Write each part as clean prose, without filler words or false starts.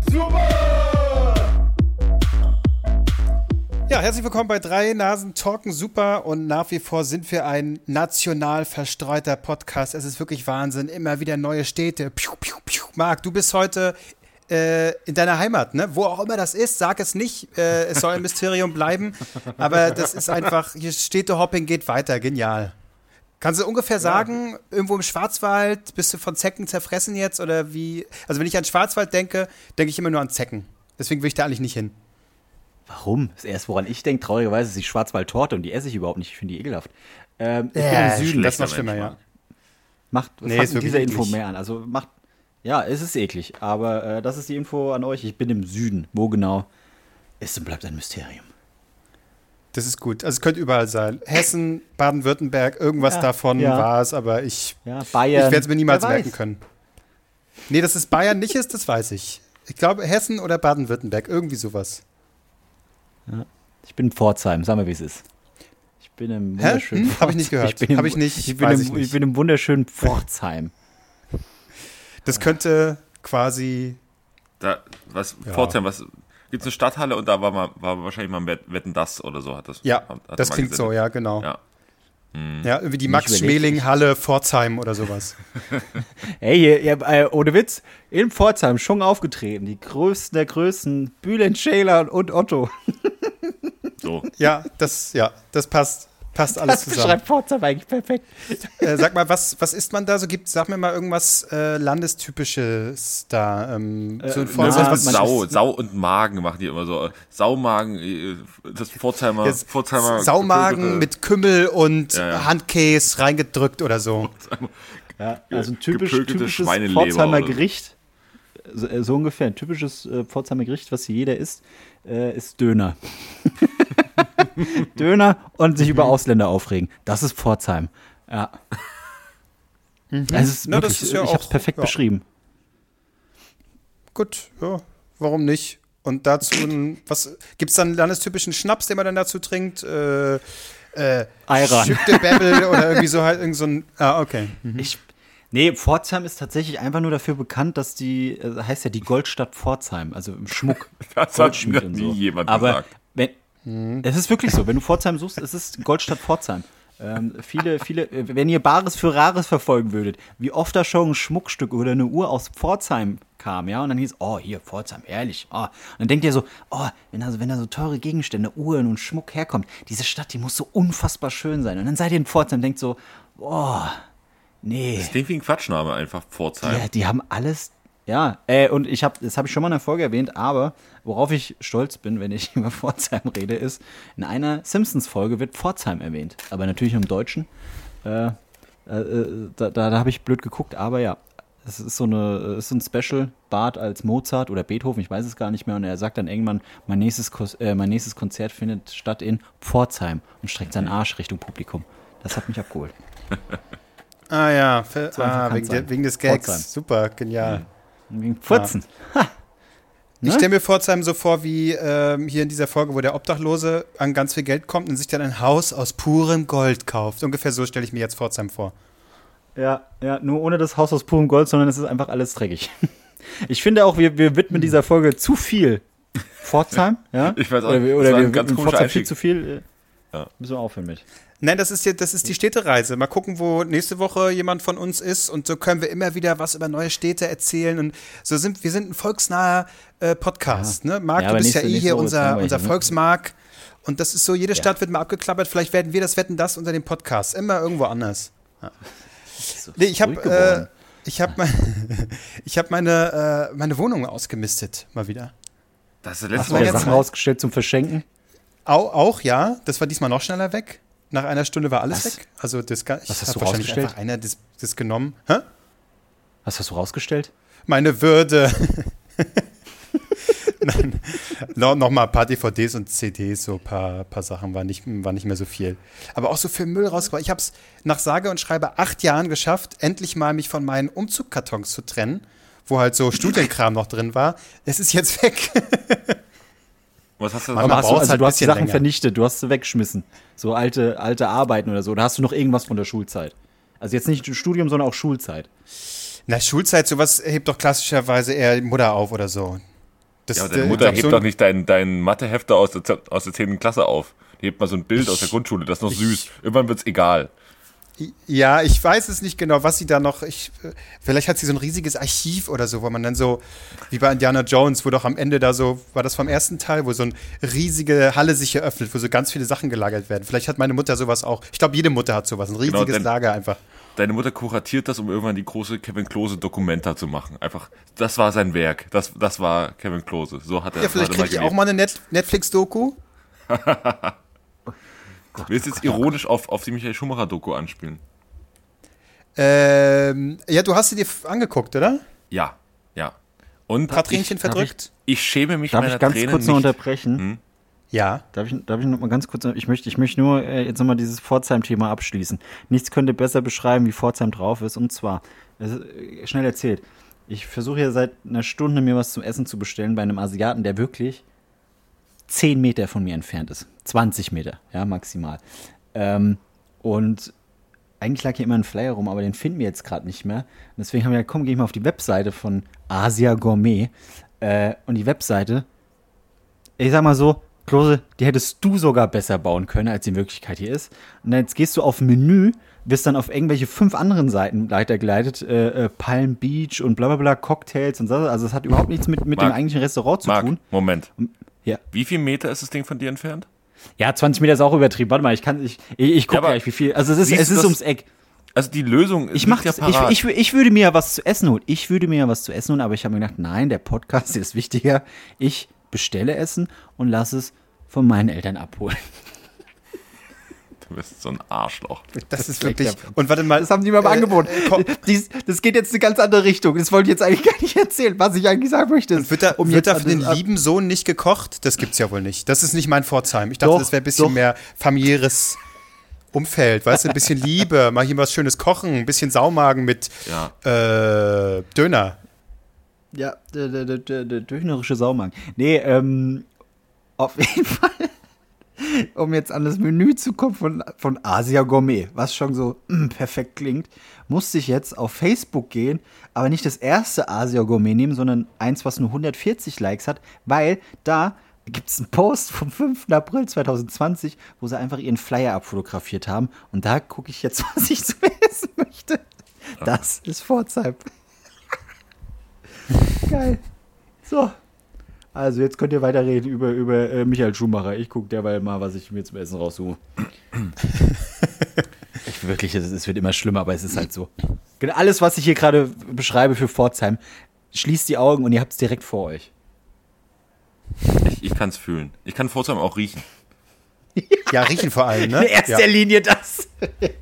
Ja, herzlich willkommen bei Drei Nasen Talken Super und nach wie vor sind wir ein national verstreuter Podcast. Es ist wirklich Wahnsinn, immer wieder neue Städte. Piu, piu, piu. Marc, du bist heute in deiner Heimat, ne? Wo auch immer das ist, sag es nicht, es soll ein Mysterium bleiben, aber das ist einfach, hier Städtehopping geht weiter, genial. Kannst du ungefähr sagen, irgendwo im Schwarzwald, bist du von Zecken zerfressen jetzt oder wie? Also wenn ich an Schwarzwald denke, denke ich immer nur an Zecken. Deswegen will ich da eigentlich nicht hin. Warum? Das erste, woran ich denke, traurigerweise, ist die Schwarzwaldtorte und die esse ich überhaupt nicht. Ich finde die ekelhaft. Ich bin im Süden. Das war schlimmer, ja. Macht mit dieser Info mehr an. Also ja, es ist eklig, aber das ist die Info an euch. Ich bin im Süden. Wo genau ist und bleibt ein Mysterium. Das ist gut. Also es könnte überall sein. Hessen, Baden-Württemberg, irgendwas davon war es, aber Bayern, ich werde es mir niemals merken können. Nee, dass es Bayern nicht ist, das weiß ich. Ich glaube Hessen oder Baden-Württemberg, irgendwie sowas. Ja. Ich bin in Pforzheim, sag mal, wie es ist. Ich bin im wunderschönen Habe ich nicht gehört. Ich bin im wunderschönen Pforzheim. Das könnte quasi Pforzheim, gibt es eine Stadthalle und da war wahrscheinlich mal ein Wetten, das oder so. Hat das klingt so, ja, genau. Ja, ja irgendwie die Max-Schmeling-Halle Pforzheim oder sowas. Hey, ohne Witz, in Pforzheim schon aufgetreten. Die Größten der Größten, Bülent Ceylan und Otto. So. Ja, das passt alles zusammen. Das beschreibt Pforzheim eigentlich perfekt. Sag mal, was isst man da so? Sag mir mal irgendwas Landestypisches da. Sau und Magen machen die immer so. Saumagen, das Pforzheimer Saumagen mit Kümmel und Handkäse reingedrückt oder so. Ja, also ein typisches Pforzheimer Gericht. So ungefähr. Ein typisches Pforzheimer Gericht, was jeder isst, ist Döner. Döner und sich über Ausländer aufregen. Das ist Pforzheim. Ja. Es ist wirklich, ich habe es perfekt beschrieben. Gut, ja, warum nicht? Und dazu, gibt es dann einen landestypischen Schnaps, den man dann dazu trinkt? Ayran. Schüttebäbbel oder irgendwie so halt irgend so ein. Ah, okay. Nee, Pforzheim ist tatsächlich einfach nur dafür bekannt, dass heißt ja die Goldstadt Pforzheim, also im Schmuck. Das hat mir nie jemand gesagt. Es ist wirklich so, wenn du Pforzheim suchst, es ist Goldstadt Pforzheim. Viele, wenn ihr Bares für Rares verfolgen würdet, wie oft da schon ein Schmuckstück oder eine Uhr aus Pforzheim kam, ja, und dann hieß, oh, hier, Pforzheim, ehrlich, oh. Und dann denkt ihr so, oh, wenn da so teure Gegenstände, Uhren und Schmuck herkommt, diese Stadt, die muss so unfassbar schön sein. Und dann seid ihr in Pforzheim und denkt so, oh, nee. Das klingt wie ein Quatschname einfach, Pforzheim. Ja, die haben alles. Ja, und das habe ich schon mal in der Folge erwähnt, aber worauf ich stolz bin, wenn ich über Pforzheim rede, ist, in einer Simpsons-Folge wird Pforzheim erwähnt. Aber natürlich im Deutschen. Da habe ich blöd geguckt, aber ja, es ist so ein Special, Bart als Mozart oder Beethoven, ich weiß es gar nicht mehr. Und er sagt dann irgendwann, mein nächstes Konzert findet statt in Pforzheim und streckt seinen Arsch Richtung Publikum. Das hat mich abgeholt. Ah ja, wegen des Gags. Pforzheim. Super, genial. Wegen Pfurzen. Ja. Ich stelle mir Pforzheim so vor, wie hier in dieser Folge, wo der Obdachlose an ganz viel Geld kommt und sich dann ein Haus aus purem Gold kauft. Ungefähr so stelle ich mir jetzt Pforzheim vor. Ja, nur ohne das Haus aus purem Gold, sondern es ist einfach alles dreckig. Ich finde auch, wir widmen dieser Folge zu viel Pforzheim. Ja? Ich weiß auch, oder wir ganz widmen Pforzheim Einstieg. viel zu viel. Ja. Müssen wir aufhören mit. Nein, das ist die Städtereise. Mal gucken, wo nächste Woche jemand von uns ist und so können wir immer wieder was über neue Städte erzählen und wir sind ein volksnaher Podcast. Ne? Marc, du bist ja hier unser Volksmark und das ist so, jede Stadt wird mal abgeklappert. Vielleicht werden wir das Wetten, das unter dem Podcast. Immer irgendwo anders. Ja. So nee, ich habe meine Wohnung ausgemistet, mal wieder. Das ist Hast du dir Sachen rausgestellt zum Verschenken? Auch, ja. Das war diesmal noch schneller weg. Nach einer Stunde war alles weg. Also Was hast du wahrscheinlich rausgestellt? einfach einer das genommen. Hä? Was hast du rausgestellt? Meine Würde. Nein, noch mal ein paar DVDs und CDs, so ein paar Sachen, war nicht mehr so viel. Aber auch so viel Müll rausgebracht. Ich habe es nach sage und schreibe 8 Jahren geschafft, endlich mal mich von meinen Umzugkartons zu trennen, wo halt so Studienkram noch drin war. Es ist jetzt weg. Was hast du Man Aber braucht's halt du ein hast die bisschen Sachen länger. vernichtet, du hast sie weggeschmissen. So alte Arbeiten oder so. Oder hast du noch irgendwas von der Schulzeit? Also jetzt nicht Studium, sondern auch Schulzeit. Na, Schulzeit, sowas hebt doch klassischerweise eher die Mutter auf oder so. Ja, aber deine Mutter hebt doch nicht dein Mathehefter aus der 10. Klasse auf. Die hebt mal so ein Bild aus der Grundschule, das ist noch süß. Irgendwann wird's egal. Ja, ich weiß es nicht genau, was sie da noch. Vielleicht hat sie so ein riesiges Archiv oder so, wo man dann so, wie bei Indiana Jones, wo doch am Ende da so, war das vom ersten Teil, wo so eine riesige Halle sich eröffnet, wo so ganz viele Sachen gelagert werden. Vielleicht hat meine Mutter sowas auch. Ich glaube, jede Mutter hat sowas, ein riesiges Lager einfach. Deine Mutter kuratiert das, um irgendwann die große Kevin Klose Dokumenta zu machen. Einfach, das war sein Werk. Das war Kevin Klose. So hat er. Ja, vielleicht kriege ich auch mal eine Netflix-Doku. Willst du jetzt ironisch auf die Michael Schumacher-Doku anspielen? Ja, du hast sie dir angeguckt, oder? Ja. Und ein paar Tränchen verdrückt? Ich schäme mich meiner Tränen. Darf ich ganz kurz noch unterbrechen? Ja. Darf ich noch mal ganz kurz, ich möchte nur jetzt nochmal dieses Pforzheim-Thema abschließen. Nichts könnte besser beschreiben, wie Pforzheim drauf ist. Und zwar, schnell erzählt, ich versuche ja seit einer Stunde mir was zum Essen zu bestellen bei einem Asiaten, der wirklich 10 Meter von mir entfernt ist. 20 Meter, ja, maximal. Und eigentlich lag hier immer ein Flyer rum, aber den finden wir jetzt gerade nicht mehr. Und deswegen haben wir gesagt, komm, geh ich mal auf die Webseite von Asia Gourmet. Und die Webseite, ich sag mal so, Klose, die hättest du sogar besser bauen können, als die in Wirklichkeit hier ist. Und jetzt gehst du auf Menü, wirst dann auf irgendwelche 5 anderen Seiten weitergeleitet, Palm Beach und bla bla bla, Cocktails und so. Also es hat überhaupt nichts mit dem eigentlichen Restaurant zu tun. Moment. Ja. Wie viel Meter ist das Ding von dir entfernt? Ja, 20 Meter ist auch übertrieben. Warte mal, ich gucke gleich, wie viel. Also es ist ums Eck. Also die Lösung ist ich würde mir ja was zu essen holen. Aber ich habe mir gedacht, nein, der Podcast ist wichtiger. Ich bestelle Essen und lasse es von meinen Eltern abholen. Du bist so ein Arschloch. Das ist wirklich. Und warte mal. Das haben die mir aber angeboten. Das geht jetzt eine ganz andere Richtung. Das wollte ich jetzt eigentlich gar nicht erzählen, was ich eigentlich sagen möchte. Und wird da für den lieben Sohn nicht gekocht? Das gibt's ja wohl nicht. Das ist nicht mein Pforzheim. Ich dachte, das wäre ein bisschen mehr familiäres Umfeld. Weißt du, ein bisschen Liebe, mal hier was Schönes kochen, ein bisschen Saumagen mit Döner. Ja, der dönerische Saumagen. Nee, auf jeden Fall. Um jetzt an das Menü zu kommen von Asia Gourmet, was schon so perfekt klingt, musste ich jetzt auf Facebook gehen, aber nicht das erste Asia Gourmet nehmen, sondern eins, was nur 140 Likes hat, weil da gibt es einen Post vom 5. April 2020, wo sie einfach ihren Flyer abfotografiert haben. Und da gucke ich jetzt, was ich zu essen möchte. Das ist Pforzheim. Geil. So. Also jetzt könnt ihr weiterreden über Michael Schumacher. Ich gucke derweil mal, was ich mir zum Essen raussuche. Es wird immer schlimmer, aber es ist halt so. Alles, was ich hier gerade beschreibe für Pforzheim, schließt die Augen und ihr habt es direkt vor euch. Ich kann es fühlen. Ich kann Pforzheim auch riechen. Ja, riechen vor allem, ne? In erster Linie das.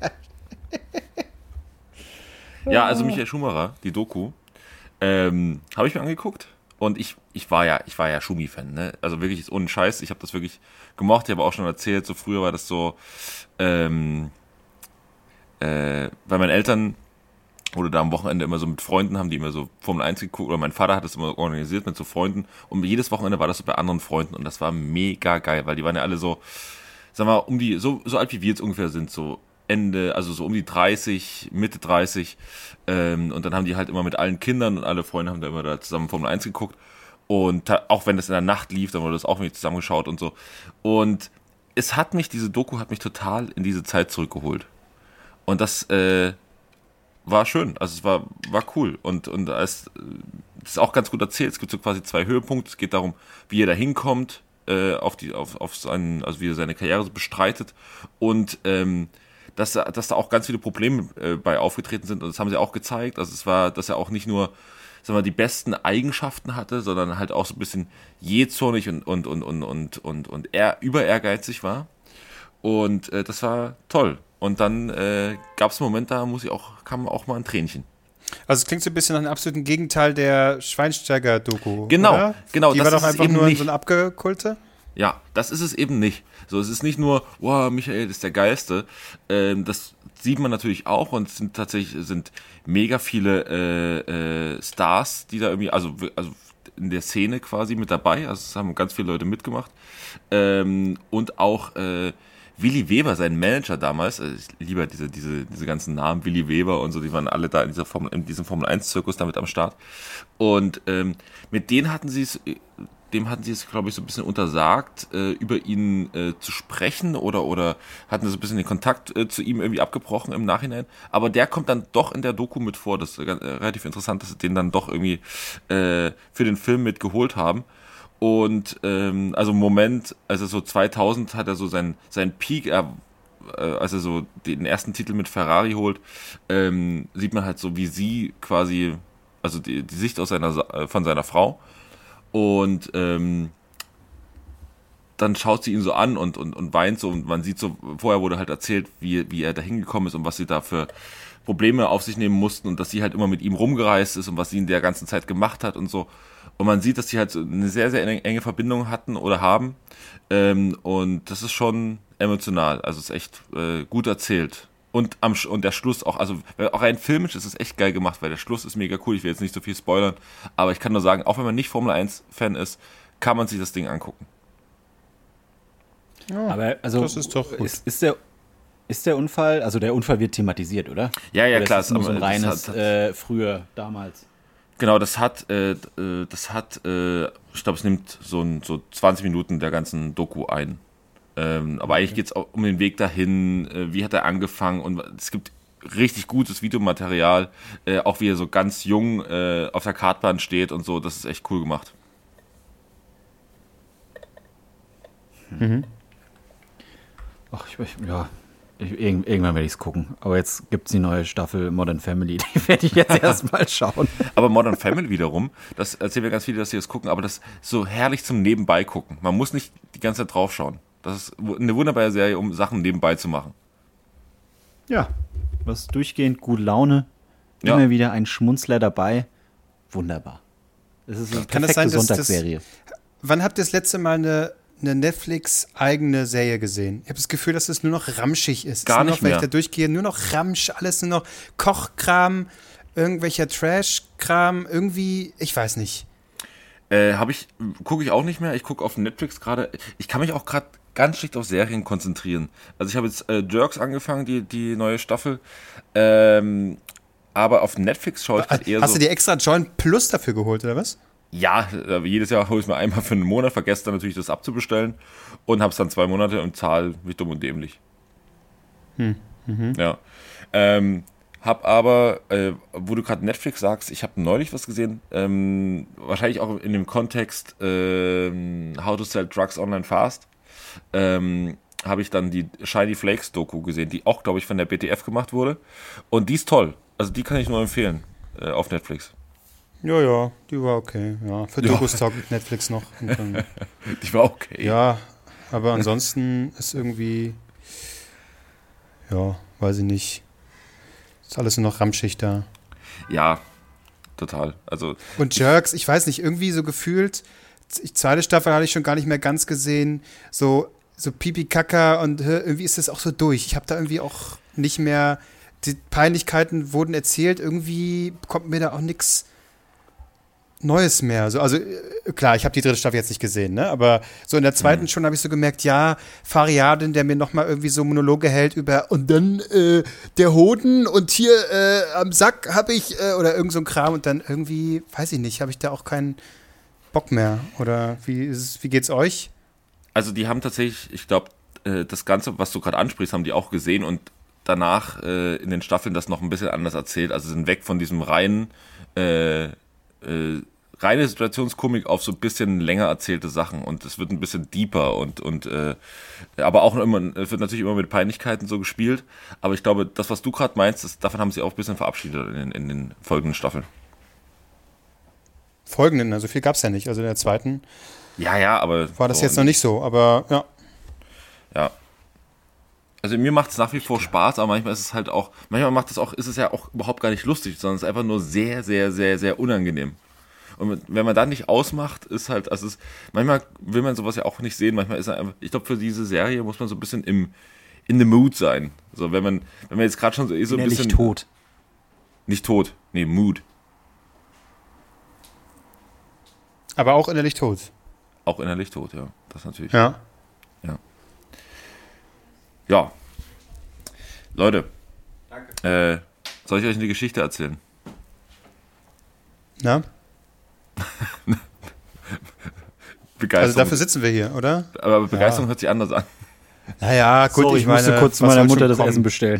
Ja, also Michael Schumacher, die Doku, habe ich mir angeguckt. Und ich war ja Schumi-Fan, ne? Also wirklich ist ohne Scheiß. Ich habe das wirklich gemocht. Ich habe auch schon erzählt, so früher war das so, bei meinen Eltern oder da am Wochenende immer so mit Freunden, haben die immer so Formel 1 geguckt, oder mein Vater hat das immer organisiert mit so Freunden. Und jedes Wochenende war das so bei anderen Freunden und das war mega geil, weil die waren ja alle so, sagen wir mal, so alt wie wir jetzt ungefähr sind, so Ende, also so um die 30, Mitte 30, und dann haben die halt immer mit allen Kindern und alle Freunde haben da immer da zusammen Formel 1 geguckt und auch wenn das in der Nacht lief, dann wurde das auch mit zusammengeschaut und so. Und diese Doku hat mich total in diese Zeit zurückgeholt. Und das war schön, also es war cool und es ist auch ganz gut erzählt. Es gibt so quasi 2 Höhepunkte. Es geht darum, wie er da hinkommt, auf seinen, also wie er seine Karriere so bestreitet und dass da auch ganz viele Probleme bei aufgetreten sind und das haben sie auch gezeigt. Also es war, dass er auch nicht nur, sagen wir, die besten Eigenschaften hatte, sondern halt auch so ein bisschen jähzornig und über ehrgeizig war. Und das war toll. Und dann gab es einen Moment, da kam auch mal ein Tränchen. Also es klingt so ein bisschen nach einem absoluten Gegenteil der Schweinsteiger-Doku. Genau, oder? genau. Die war doch einfach nur so eine abgekulte. Ja, das ist es eben nicht. So, es ist nicht nur, wow, Michael ist der Geilste. Das sieht man natürlich auch und es sind mega viele Stars, die da irgendwie, also in der Szene quasi mit dabei. Also es haben ganz viele Leute mitgemacht. Und auch Willi Weber, sein Manager damals, ich liebe diese ganzen Namen, Willi Weber und so, die waren alle da in diesem Formel-1-Zirkus damit am Start. Und mit denen hatten sie es dem hatten sie es, glaube ich, so ein bisschen untersagt, über ihn zu sprechen oder hatten so ein bisschen den Kontakt zu ihm irgendwie abgebrochen im Nachhinein. Aber der kommt dann doch in der Doku mit vor. Das ist relativ interessant, dass sie den dann doch irgendwie für den Film mitgeholt haben. Und also im Moment, also so 2000 hat er so seinen Peak, als er so den ersten Titel mit Ferrari holt, sieht man halt so, wie sie quasi, also die Sicht von seiner Frau. Und dann schaut sie ihn so an und weint so, und man sieht so, vorher wurde halt erzählt, wie er da hingekommen ist und was sie da für Probleme auf sich nehmen mussten und dass sie halt immer mit ihm rumgereist ist und was sie in der ganzen Zeit gemacht hat und so. Und man sieht, dass sie halt so eine sehr, sehr enge Verbindung hatten oder haben. Und das ist schon emotional. Also es ist echt gut erzählt. Und der Schluss auch, also auch rein filmisch ist es echt geil gemacht, weil der Schluss ist mega cool. Ich will jetzt nicht so viel spoilern, aber ich kann nur sagen, auch wenn man nicht Formel 1-Fan ist, kann man sich das Ding angucken. Ja, aber also das ist doch gut. Ist der Unfall, also der Unfall wird thematisiert, oder? Ja, oder klar. Das ist nur so ein reines früher, damals. Genau, das hat, ich glaube, es nimmt so 20 Minuten der ganzen Doku ein. Aber eigentlich geht es auch um den Weg dahin, wie hat er angefangen, und es gibt richtig gutes Videomaterial, auch wie er so ganz jung auf der Kartbahn steht und so, das ist echt cool gemacht. Mhm. Ach, irgendwann werde ich es gucken. Aber jetzt gibt es die neue Staffel Modern Family, die werde ich jetzt erstmal schauen. Aber Modern Family wiederum, das erzählen wir ganz viele, dass sie das gucken, aber das ist so herrlich zum Nebenbei gucken. Man muss nicht die ganze Zeit drauf schauen. Das ist eine wunderbare Serie, um Sachen nebenbei zu machen. Ja, was durchgehend gute Laune, immer wieder ein Schmunzler dabei. Wunderbar. Es ist eine perfekte Sonntagsserie. Wann habt ihr das letzte Mal eine Netflix-eigene Serie gesehen? Ich habe das Gefühl, dass es nur noch ramschig ist. Gar nicht mehr. Wenn ich da durchgehe, nur noch Ramsch, alles nur noch Kochkram, irgendwelcher Trash-Kram, irgendwie, ich weiß nicht. Gucke ich auch nicht mehr. Ich gucke auf Netflix gerade. Ich kann mich auch gerade ganz schlicht auf Serien konzentrieren. Also ich habe jetzt Jerks angefangen, die neue Staffel. Aber auf Netflix schaue ich gerade eher Hast du dir extra Join Plus dafür geholt, oder was? Ja, jedes Jahr hole ich es mir einmal für einen Monat, vergesse dann natürlich das abzubestellen und habe es dann 2 Monate und zahle wie dumm und dämlich. Ja. Hab aber, wo du gerade Netflix sagst, ich habe neulich was gesehen, wahrscheinlich auch in dem Kontext How to Sell Drugs Online Fast, habe ich dann die Shiny Flakes Doku gesehen, die auch, glaube ich, von der BTF gemacht wurde. Und die ist toll. Also die kann ich nur empfehlen auf Netflix. Ja, die war okay. Ja, für Dokus taugt Netflix noch. Die war okay. Ja, aber ansonsten ist irgendwie, ja, weiß ich nicht. Ist alles nur noch ramschig da. Ja, total. Also und Jerks, ich weiß nicht, irgendwie so gefühlt, die zweite Staffel hatte ich schon gar nicht mehr ganz gesehen, so Pipi Kaka und irgendwie ist das auch so durch. Ich habe da irgendwie auch nicht mehr, die Peinlichkeiten wurden erzählt, irgendwie kommt mir da auch nichts Neues mehr. Also klar, ich habe die dritte Staffel jetzt nicht gesehen, ne? Aber so in der zweiten schon habe ich so gemerkt, ja, Fariadin, der mir nochmal irgendwie so Monologe hält über und dann der Hoden und hier am Sack habe ich oder irgend so ein Kram und dann irgendwie, weiß ich nicht, habe ich da auch keinen Bock mehr. Oder wie geht's euch? Also die haben tatsächlich, ich glaube, das Ganze, was du gerade ansprichst, haben die auch gesehen und danach in den Staffeln das noch ein bisschen anders erzählt. Also sind weg von diesem reine Situationskomik auf so ein bisschen länger erzählte Sachen und es wird ein bisschen deeper und aber auch immer, es wird natürlich immer mit Peinlichkeiten so gespielt, aber ich glaube, das, was du gerade meinst, davon haben sie auch ein bisschen verabschiedet in den folgenden Staffeln. Folgenden, also viel gab's ja nicht, also in der zweiten ja, aber war das jetzt noch nicht so, aber ja. Ja. Also mir macht es nach wie vor Spaß, aber manchmal ist es halt auch, ist es ja auch überhaupt gar nicht lustig, sondern es ist einfach nur sehr, sehr, sehr, sehr unangenehm. Und wenn man dann nicht ausmacht, ist halt, manchmal will man sowas ja auch nicht sehen, manchmal ist einfach, ich glaube, für diese Serie muss man so ein bisschen in the mood sein. So, wenn man jetzt gerade schon so ein bisschen. Nicht tot. Nicht tot, nee, Mood. Aber auch innerlich tot. Auch innerlich tot, ja. Das natürlich. Ja. Ja. Leute. Danke. Soll ich euch eine Geschichte erzählen? Na? Begeisterung. Also dafür sitzen wir hier, oder? Aber Begeisterung hört sich anders an. Naja, gut, Sorry, ich meine, musste kurz was meiner soll Mutter schon das kommen? Essen bestellen.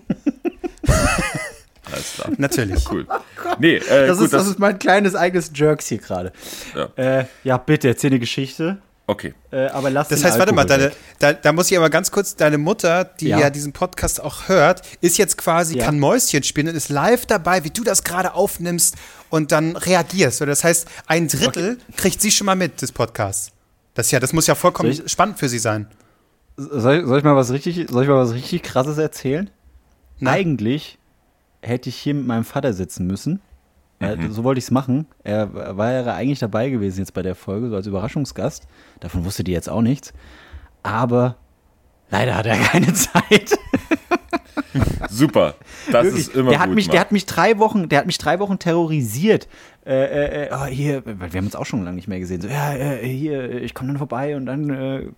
Alles klar. Natürlich. Cool. Nee, Das gut, ist mein kleines eigenes Jerks hier gerade. Ja, bitte, erzähl eine Geschichte. okay. Aber lass Das den heißt, warte mal, Alkohol weg. da muss ich aber ganz kurz, deine Mutter, die Ja. ja diesen Podcast auch hört, ist jetzt quasi, Ja. kann Mäuschen spielen und ist live dabei, wie du das gerade aufnimmst und dann reagierst. Oder das heißt, 1/3 kriegt sie schon mal mit des Podcasts. Das muss ja vollkommen Soll ich- spannend für sie sein. Soll ich mal was richtig Krasses erzählen? Na? Eigentlich hätte ich hier mit meinem Vater sitzen müssen. So wollte ich es machen. Er war ja eigentlich dabei gewesen jetzt bei der Folge, so als Überraschungsgast. Davon wusste die jetzt auch nichts. Aber leider hat er keine Zeit. Super. Das Wirklich. ist immer der hat gut. mich, Mann. der hat mich 3 Wochen terrorisiert. Hier, weil wir haben uns auch schon lange nicht mehr gesehen. So, hier, ich komme dann vorbei und dann,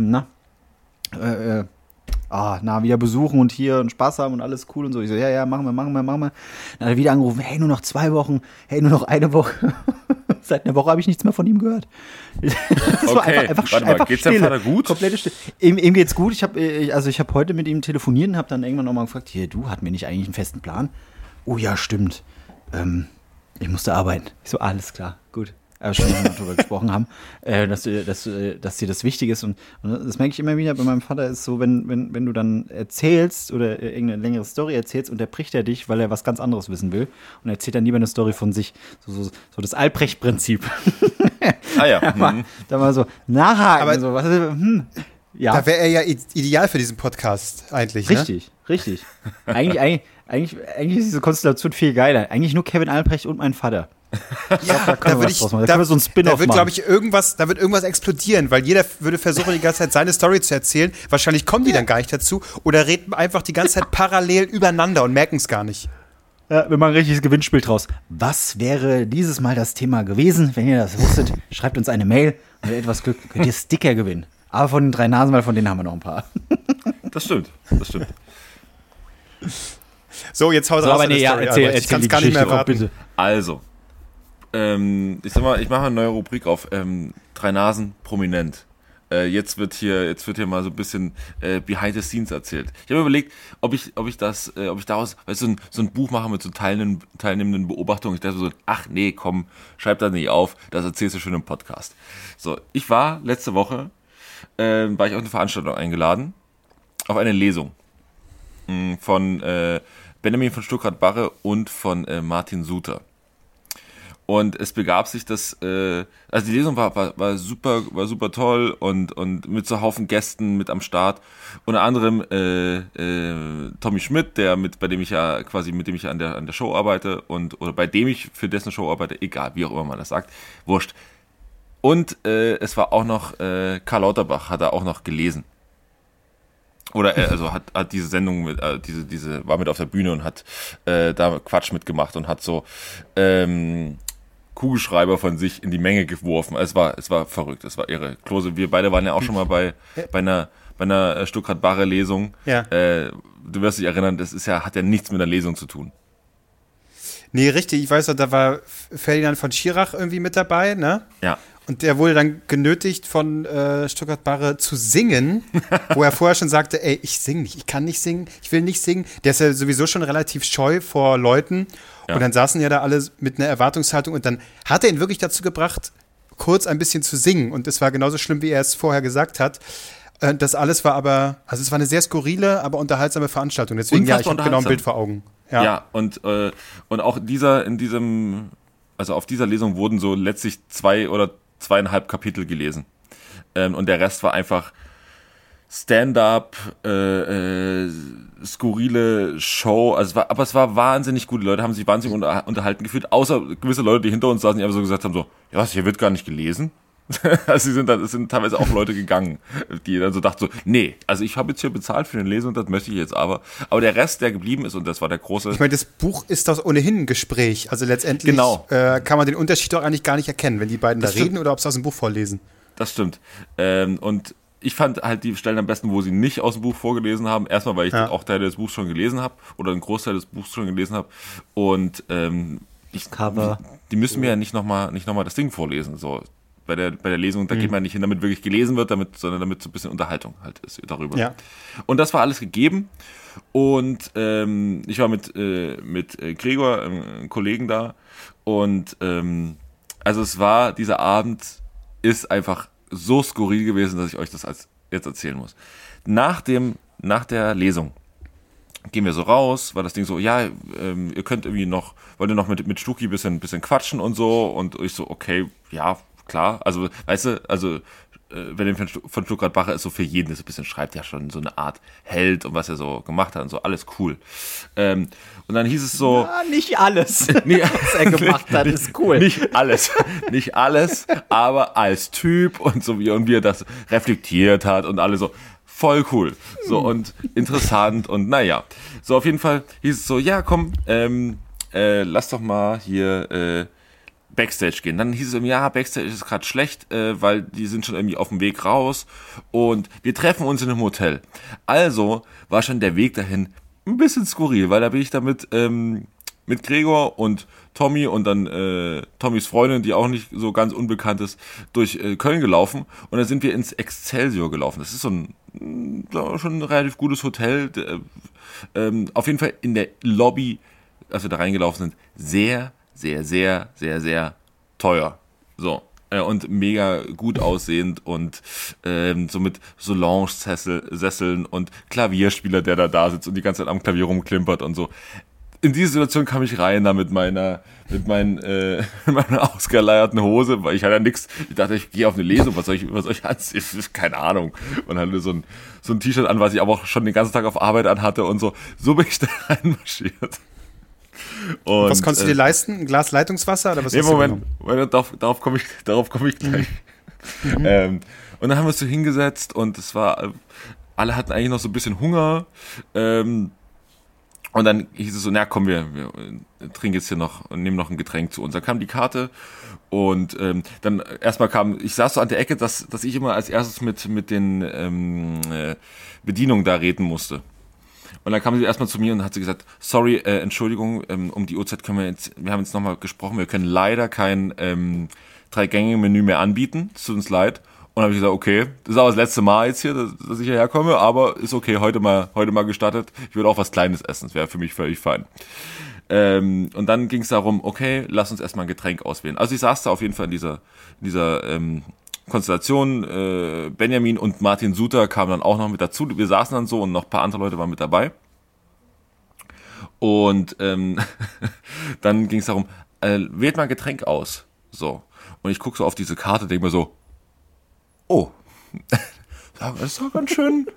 wieder besuchen und hier und Spaß haben und alles cool und so. Ich so, ja, machen wir. Dann hat er wieder angerufen, hey, nur noch 2 Wochen, hey, nur noch 1 Woche. Seit einer Woche habe ich nichts mehr von ihm gehört. Das war Okay, warte mal, geht's deinem Stille. Vater gut? Komplette Stille. Ihm geht's gut. Ich hab heute mit ihm telefoniert und habe dann irgendwann nochmal gefragt, hier, du, hatten wir nicht eigentlich einen festen Plan? Oh ja, stimmt. Ich musste arbeiten. Ich so, alles klar, gut. Aber schon mal darüber gesprochen haben, dass dir das wichtig ist. Und das merke ich immer wieder bei meinem Vater, ist so, wenn du dann erzählst oder irgendeine längere Story erzählst, unterbricht er dich, weil er was ganz anderes wissen will und erzählt dann lieber eine Story von sich. So das Albrecht-Prinzip. Ah ja. Da mal so nachhaken. Aber- so, ja, Da wäre er ja ideal für diesen Podcast eigentlich, ne? richtig. Eigentlich ist diese Konstellation viel geiler. Eigentlich nur Kevin Albrecht und mein Vater. Ja, da wir was draus machen. Da können wir so ein Spin-off da wird, machen. glaube ich, irgendwas explodieren, weil jeder würde versuchen, die ganze Zeit seine Story zu erzählen. Wahrscheinlich kommen die dann gar nicht dazu oder reden einfach die ganze Zeit parallel übereinander und merken es gar nicht. Ja, wir machen ein richtiges Gewinnspiel draus. Was wäre dieses Mal das Thema gewesen? Wenn ihr das wusstet, schreibt uns eine Mail und mit etwas Glück könnt ihr Sticker gewinnen. Aber von den 3 Nasen, weil von denen haben wir noch ein paar. Das stimmt. So, jetzt haut So, raus aber deine nee, ja, Story, erzähl Albert. Ich kann die es gar nicht mehr Geschichte auch, erwarten. bitte. Also, ich sag mal, ich mache eine neue Rubrik auf, 3 Nasen prominent. Jetzt wird hier mal so ein bisschen Behind the Scenes erzählt. Ich habe überlegt, ob ich daraus, weißt du, so ein Buch mache mit so teilnehmenden Beobachtungen. Ich dachte so, ach nee, komm, schreib das nicht auf, das erzählst du schön im Podcast. So, ich war letzte Woche, war ich auf eine Veranstaltung eingeladen, auf eine Lesung von Benjamin von Stuckrad-Barre und von Martin Suter. Und es begab sich, dass, also die Lesung war super toll und mit so Haufen Gästen mit am Start. Unter anderem Tommy Schmidt, mit dem ich an der Show arbeite oder bei dem ich für dessen Show arbeite, egal, wie auch immer man das sagt, wurscht. Und es war auch noch Karl Lauterbach, hat er auch noch gelesen. Oder also hat diese Sendung war mit auf der Bühne und hat da Quatsch mitgemacht und hat so Kugelschreiber von sich in die Menge geworfen. Also es war verrückt, es war irre. Klose, wir beide waren ja auch schon mal bei einer Stuckrad-Barre-Lesung. Ja. Du wirst dich erinnern, hat ja nichts mit einer Lesung zu tun. Nee, richtig, ich weiß noch, da war Ferdinand von Schirach irgendwie mit dabei, ne? Ja. Und der wurde dann genötigt von Stuckrad-Barre zu singen, wo er vorher schon sagte, ey, ich singe nicht, ich kann nicht singen, ich will nicht singen. Der ist ja sowieso schon relativ scheu vor Leuten. Ja. Und dann saßen ja da alle mit einer Erwartungshaltung und dann hat er ihn wirklich dazu gebracht, kurz ein bisschen zu singen. Und es war genauso schlimm, wie er es vorher gesagt hat. Das alles war aber, also es war eine sehr skurrile, aber unterhaltsame Veranstaltung. Deswegen, ja, ich habe genau ein Bild vor Augen. Ja, und auch auf dieser Lesung wurden so letztlich 2 oder 2,5 Kapitel gelesen. Und der Rest war einfach Stand-up, skurrile Show. Also es war wahnsinnig gut. Die Leute haben sich wahnsinnig unterhalten gefühlt, außer gewisse Leute, die hinter uns saßen, die einfach so gesagt haben, so, ja was, hier wird gar nicht gelesen. Also es sind teilweise auch Leute gegangen, die dann so dachten so, nee, also ich habe jetzt hier bezahlt für eine Lesung, das möchte ich jetzt aber der Rest, der geblieben ist, und das war der große... Ich meine, das Buch ist doch ohnehin ein Gespräch, also letztendlich Genau. Kann man den Unterschied doch eigentlich gar nicht erkennen, wenn die beiden Das da reden stimmt. oder ob sie aus dem Buch vorlesen. Das stimmt. Und ich fand halt die Stellen am besten, wo sie nicht aus dem Buch vorgelesen haben. Erstmal, weil ich auch Teile des Buchs schon gelesen habe oder einen Großteil des Buchs schon gelesen habe. Und Cover. die müssen mir ja nicht noch mal das Ding vorlesen. So, bei der Lesung, da geht man nicht hin, damit wirklich gelesen wird, sondern damit so ein bisschen Unterhaltung halt ist darüber. Ja. Und das war alles gegeben. Und ich war mit Gregor, einem Kollegen da. Und also dieser Abend ist einfach so skurril gewesen, dass ich euch das jetzt erzählen muss. Nach der Lesung gehen wir so raus, war das Ding so, ja, ihr könnt irgendwie wollt ihr noch mit Stuki bisschen quatschen und so. Und ich so, okay, ja, klar. Also, weißt du, Benjamin von Stuckrad-Barre ist so für jeden, der so ein bisschen schreibt, ja schon so eine Art Held und was er so gemacht hat und so, alles cool. Und dann hieß es so... Ja, nicht alles, was er gemacht hat, ist cool. Nicht alles, aber als Typ und so wie er das reflektiert hat und alle so, voll cool. So und interessant und naja. So, auf jeden Fall hieß es so, ja komm, lass doch mal hier... Backstage gehen. Dann hieß es irgendwie, ja, Backstage ist gerade schlecht, weil die sind schon irgendwie auf dem Weg raus und wir treffen uns in einem Hotel. Also war schon der Weg dahin ein bisschen skurril, weil da bin ich da mit Gregor und Tommy und dann Tommys Freundin, die auch nicht so ganz unbekannt ist, durch Köln gelaufen und dann sind wir ins Excelsior gelaufen. Das ist schon ein relativ gutes Hotel. Auf jeden Fall in der Lobby, als wir da reingelaufen sind, sehr, sehr, sehr, sehr, sehr teuer. So. Und mega gut aussehend und so mit Solange-Sesseln und Klavierspieler, der da sitzt und die ganze Zeit am Klavier rumklimpert und so. In diese Situation kam ich rein, da mit meiner ausgeleierten Hose, weil ich hatte ja nichts. Ich dachte, ich gehe auf eine Lesung, was soll ich anziehen? Keine Ahnung. Und hatte so ein T-Shirt an, was ich aber auch schon den ganzen Tag auf Arbeit anhatte und so. So bin ich da reinmarschiert. Und, was konntest du dir leisten? Ein Glas Leitungswasser? Oder was nee, Moment, darauf komme ich gleich. Und dann haben wir uns so hingesetzt und es war, alle hatten eigentlich noch so ein bisschen Hunger. Und dann hieß es so, na komm, wir trinken jetzt hier noch und nehmen noch ein Getränk zu uns. Dann kam die Karte und dann erstmal ich saß so an der Ecke, dass ich immer als erstes mit den Bedienungen da reden musste. Und dann kam sie erstmal zu mir und hat sie gesagt, sorry, Entschuldigung, um die Uhrzeit wir haben jetzt nochmal gesprochen, wir können leider kein 3-Gänge-Menü mehr anbieten, es tut uns leid. Und dann habe ich gesagt, okay, das ist aber das letzte Mal jetzt hier, dass ich hierher komme, aber ist okay, heute mal gestattet. Ich würde auch was Kleines essen, das wäre für mich völlig fein. Und dann ging es darum, okay, lass uns erstmal ein Getränk auswählen. Also ich saß da auf jeden Fall in dieser Konstellation, Benjamin und Martin Suter kamen dann auch noch mit dazu. Wir saßen dann so und noch ein paar andere Leute waren mit dabei. Und dann ging es darum, wählt mal ein Getränk aus. So. Und ich gucke so auf diese Karte, denke mir so, oh, das ist doch ganz schön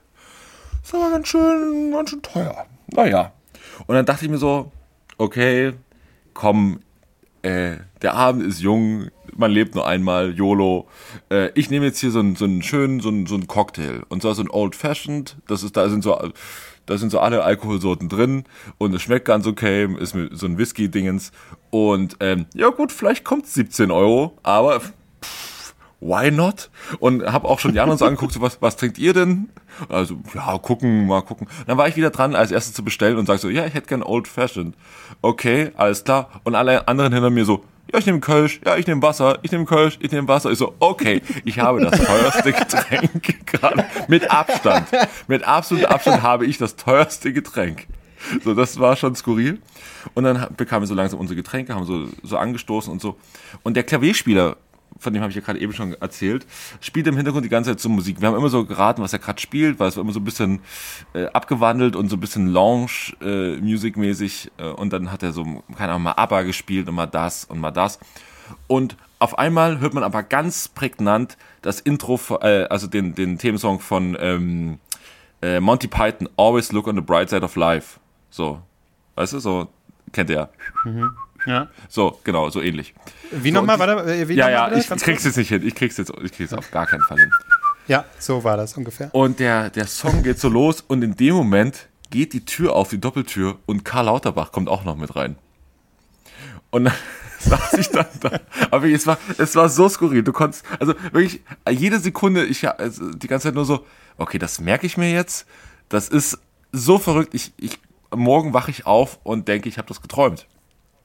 teuer. Naja. Und dann dachte ich mir so, okay, komm, der Abend ist jung, man lebt nur einmal, YOLO. Ich nehme jetzt hier so einen schönen Cocktail. Und zwar so ein Old Fashioned, da sind so alle Alkoholsorten drin und es schmeckt ganz okay, ist mit so ein Whisky-Dingens. Und ja gut, vielleicht kommt 17 €, aber why not? Und habe auch schon die anderen so angeguckt, so was trinkt ihr denn? Also, ja, mal gucken. Dann war ich wieder dran, als erstes zu bestellen und sag so, ja, ich hätte gern Old Fashioned. Okay, alles klar. Und alle anderen hinter mir so, ja, ich nehme Kölsch, ja, ich nehme Wasser, ich nehme Kölsch, ich nehme Wasser. Ich so, okay, ich habe das teuerste Getränk gerade. Mit Abstand. Mit absolutem Abstand habe ich das teuerste Getränk. So, das war schon skurril. Und dann bekamen wir so langsam unsere Getränke, haben so angestoßen und so. Und der Klavierspieler, von dem habe ich ja gerade eben schon erzählt, spielt im Hintergrund die ganze Zeit so Musik. Wir haben immer so geraten, was er gerade spielt, weil es war immer so ein bisschen abgewandelt und so ein bisschen Lounge-Music-mäßig. Und dann hat er so, keine Ahnung, mal ABBA gespielt und mal das und mal das. Und auf einmal hört man aber ganz prägnant das Intro, also den Themensong von Monty Python, Always Look on the Bright Side of Life. So, weißt du, so kennt ihr ja. Mhm. Ja. So, genau, so ähnlich. Wie nochmal? Ich krieg's jetzt nicht hin. Ich krieg's auf gar keinen Fall hin. Ja, so war das ungefähr. Und der Song geht so los und in dem Moment geht die Tür auf, die Doppeltür, und Karl Lauterbach kommt auch noch mit rein. Und dann saß ich dann da. Aber es war so skurril. Du konntest, also wirklich, jede Sekunde, die ganze Zeit nur so, okay, das merke ich mir jetzt. Das ist so verrückt. Morgen wache ich auf und denke, ich habe das geträumt.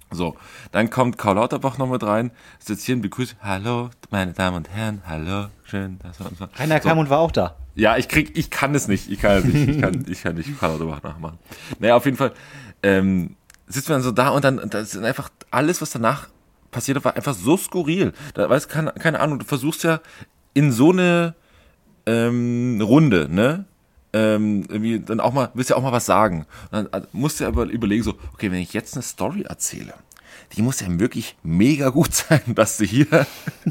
So, dann kommt Karl Lauterbach noch mit rein, sitzt hier und begrüßt, hallo, meine Damen und Herren, hallo, schön, dass wir uns mal. Rainer Kallmund war auch da. Ja, ich kann es nicht, ich kann nicht Karl Lauterbach nachmachen. Naja, auf jeden Fall, sitzen wir dann so da und dann, das ist einfach alles, was danach passiert, war einfach so skurril. Da weißt keine Ahnung, du versuchst ja in so eine Runde, ne? Irgendwie dann auch mal, willst ja auch mal was sagen. Und dann musst du ja überlegen, so, okay, wenn ich jetzt eine Story erzähle, die muss ja wirklich mega gut sein, dass sie hier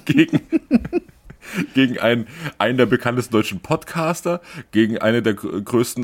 gegen einen der bekanntesten deutschen Podcaster, gegen eine der größten,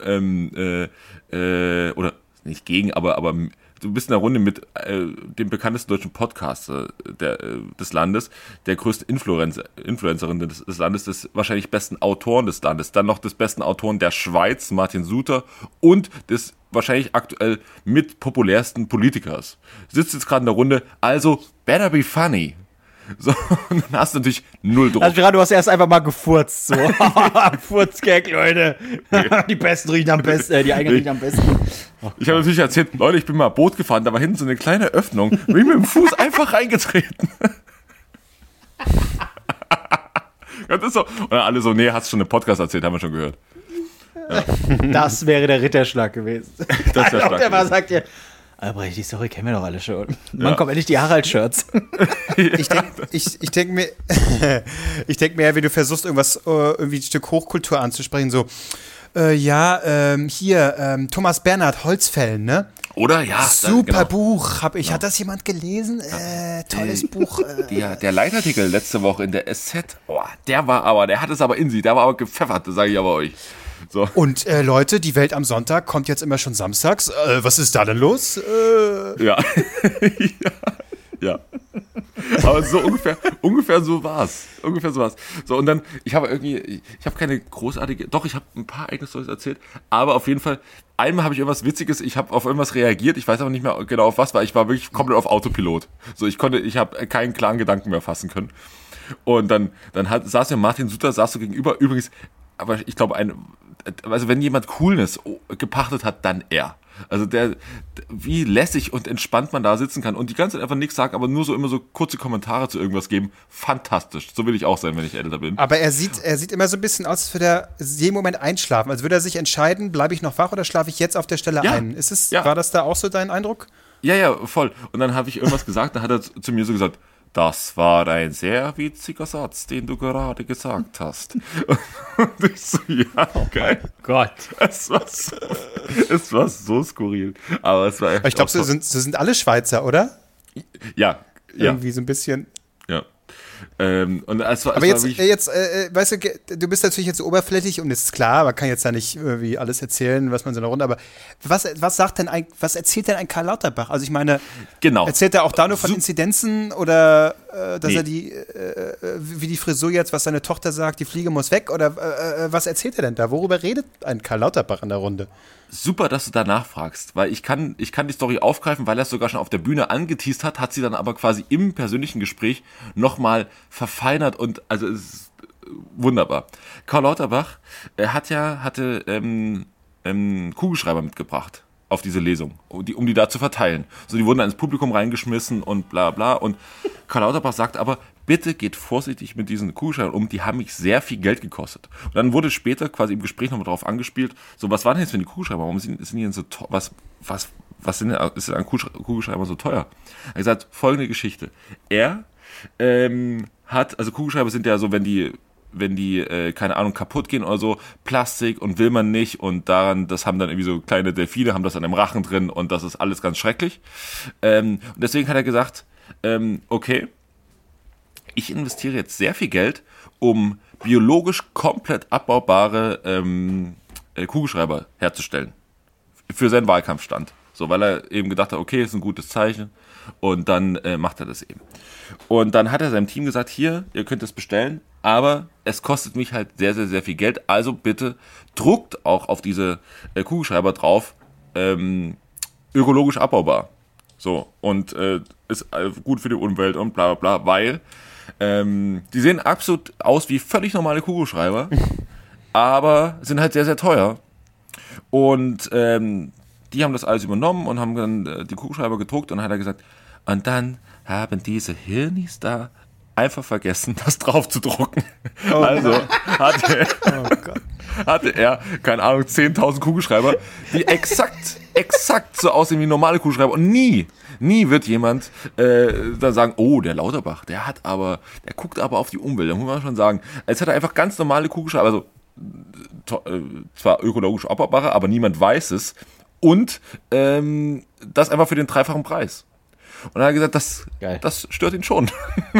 oder nicht gegen, aber du bist in der Runde mit dem bekanntesten deutschen Podcaster des Landes, der größten Influencerin des Landes, des wahrscheinlich besten Autoren des Landes, dann noch des besten Autoren der Schweiz, Martin Suter, und des wahrscheinlich aktuell mit populärsten Politikers. Sitzt jetzt gerade in der Runde, also better be funny. So, und dann hast du natürlich null Druck. Also gerade, du hast erst einfach mal gefurzt, so. Furzgag, Leute. Die Besten riechen am besten, die eigenen riechen am besten. Ich habe natürlich erzählt, Leute, ich bin mal Boot gefahren, da war hinten so eine kleine Öffnung, bin mit dem Fuß einfach reingetreten. Das ist so. Und dann alle so, nee, hast schon einen Podcast erzählt, haben wir schon gehört. Ja. Das wäre der Ritterschlag gewesen. Das wäre stark. Der mal sagt ja, Albrecht, die Story kennen wir doch alle schon. Wann kommen endlich die Harald-Shirts? Ich denk mir, wie du versuchst, irgendwie ein Stück Hochkultur anzusprechen, so, Thomas Bernhard, Holzfällen, ne? Oder? Ja. Super Buch. Hat das jemand gelesen? Tolles Buch. Der Leitartikel letzte Woche in der SZ, der hat es aber in sich, der war aber gepfeffert, das sage ich aber euch. So. Und Leute, die Welt am Sonntag kommt jetzt immer schon samstags. Was ist da denn los? Ja. Ja. Aber so ungefähr so war's. So, und dann, ich habe keine großartige, doch, ich habe ein paar eigene Storys erzählt, aber auf jeden Fall, einmal habe ich irgendwas Witziges, ich habe auf irgendwas reagiert, ich weiß aber nicht mehr genau auf was, weil ich war wirklich komplett auf Autopilot. So, ich habe keinen klaren Gedanken mehr fassen können. Und dann saß mir Martin Suter, saß so gegenüber, übrigens, aber ich glaube, also wenn jemand Coolness gepachtet hat, dann er. Also wie lässig und entspannt man da sitzen kann und die ganze Zeit einfach nichts sagt, aber nur so immer so kurze Kommentare zu irgendwas geben. Fantastisch. So will ich auch sein, wenn ich älter bin. Aber er sieht immer so ein bisschen aus, als würde er jeden Moment einschlafen. Also würde er sich entscheiden, bleibe ich noch wach oder schlafe ich jetzt auf der Stelle ein? War das da auch so dein Eindruck? Ja, voll. Und dann habe ich irgendwas gesagt, dann hat er zu mir so gesagt, das war ein sehr witziger Satz, den du gerade gesagt hast. Und ich so, ja, geil. Oh Gott. Es war so skurril. Aber es war echt. Ich glaube, sie sind alle Schweizer, oder? Ja. Irgendwie so ein bisschen. Ja. Und weißt du, du bist natürlich jetzt so oberflächlich und es ist klar, man kann jetzt ja nicht irgendwie alles erzählen, was man so in der Runde, aber was erzählt denn ein Karl Lauterbach? Also ich meine, genau. Erzählt er auch da nur von Inzidenzen oder dass er wie die Frisur jetzt, was seine Tochter sagt, die Fliege muss weg oder was erzählt er denn da? Worüber redet ein Karl Lauterbach in der Runde? Super, dass du da nachfragst, weil ich kann die Story aufgreifen, weil er es sogar schon auf der Bühne angeteast hat sie dann aber quasi im persönlichen Gespräch nochmal verfeinert und also es ist wunderbar. Karl Lauterbach hatte Kugelschreiber mitgebracht auf diese Lesung, um die da zu verteilen. So, die wurden dann ins Publikum reingeschmissen und bla bla und Karl Lauterbach sagt aber, bitte geht vorsichtig mit diesen Kugelschreibern um, die haben mich sehr viel Geld gekostet. Und dann wurde später quasi im Gespräch nochmal drauf angespielt, so, was waren denn jetzt für die Kugelschreiber? Warum sind die denn so teuer? Was ist denn an Kugelschreibern so teuer? Er hat gesagt, folgende Geschichte. Er also Kugelschreiber sind ja so, wenn die keine Ahnung, kaputt gehen oder so, Plastik und will man nicht und das haben dann irgendwie so kleine Delfine, haben das an dem Rachen drin und das ist alles ganz schrecklich. Und deswegen hat er gesagt, okay, ich investiere jetzt sehr viel Geld, um biologisch komplett abbaubare Kugelschreiber herzustellen. Für seinen Wahlkampfstand. So, weil er eben gedacht hat, okay, ist ein gutes Zeichen. Und dann macht er das eben. Und dann hat er seinem Team gesagt, hier, ihr könnt das bestellen, aber es kostet mich halt sehr, sehr, sehr viel Geld. Also bitte druckt auch auf diese Kugelschreiber drauf, ökologisch abbaubar. So, und ist gut für die Umwelt und bla bla bla, weil die sehen absolut aus wie völlig normale Kugelschreiber, aber sind halt sehr, sehr teuer. Und die haben das alles übernommen und haben dann die Kugelschreiber gedruckt und dann hat er gesagt, und dann haben diese Hirnis da einfach vergessen, das drauf zu drucken. Oh. Also hatte er, keine Ahnung, 10.000 Kugelschreiber, die exakt so aussehen wie normale Kugelschreiber und nie wird jemand dann sagen, oh, der Lauterbach, der guckt aber auf die Umwelt, da muss man schon sagen. Als hätte er einfach ganz normale Kugelschreiber, also zwar ökologisch abbaubare, aber niemand weiß es und das einfach für den 3-fachen Preis. Und dann hat er gesagt, das stört ihn schon.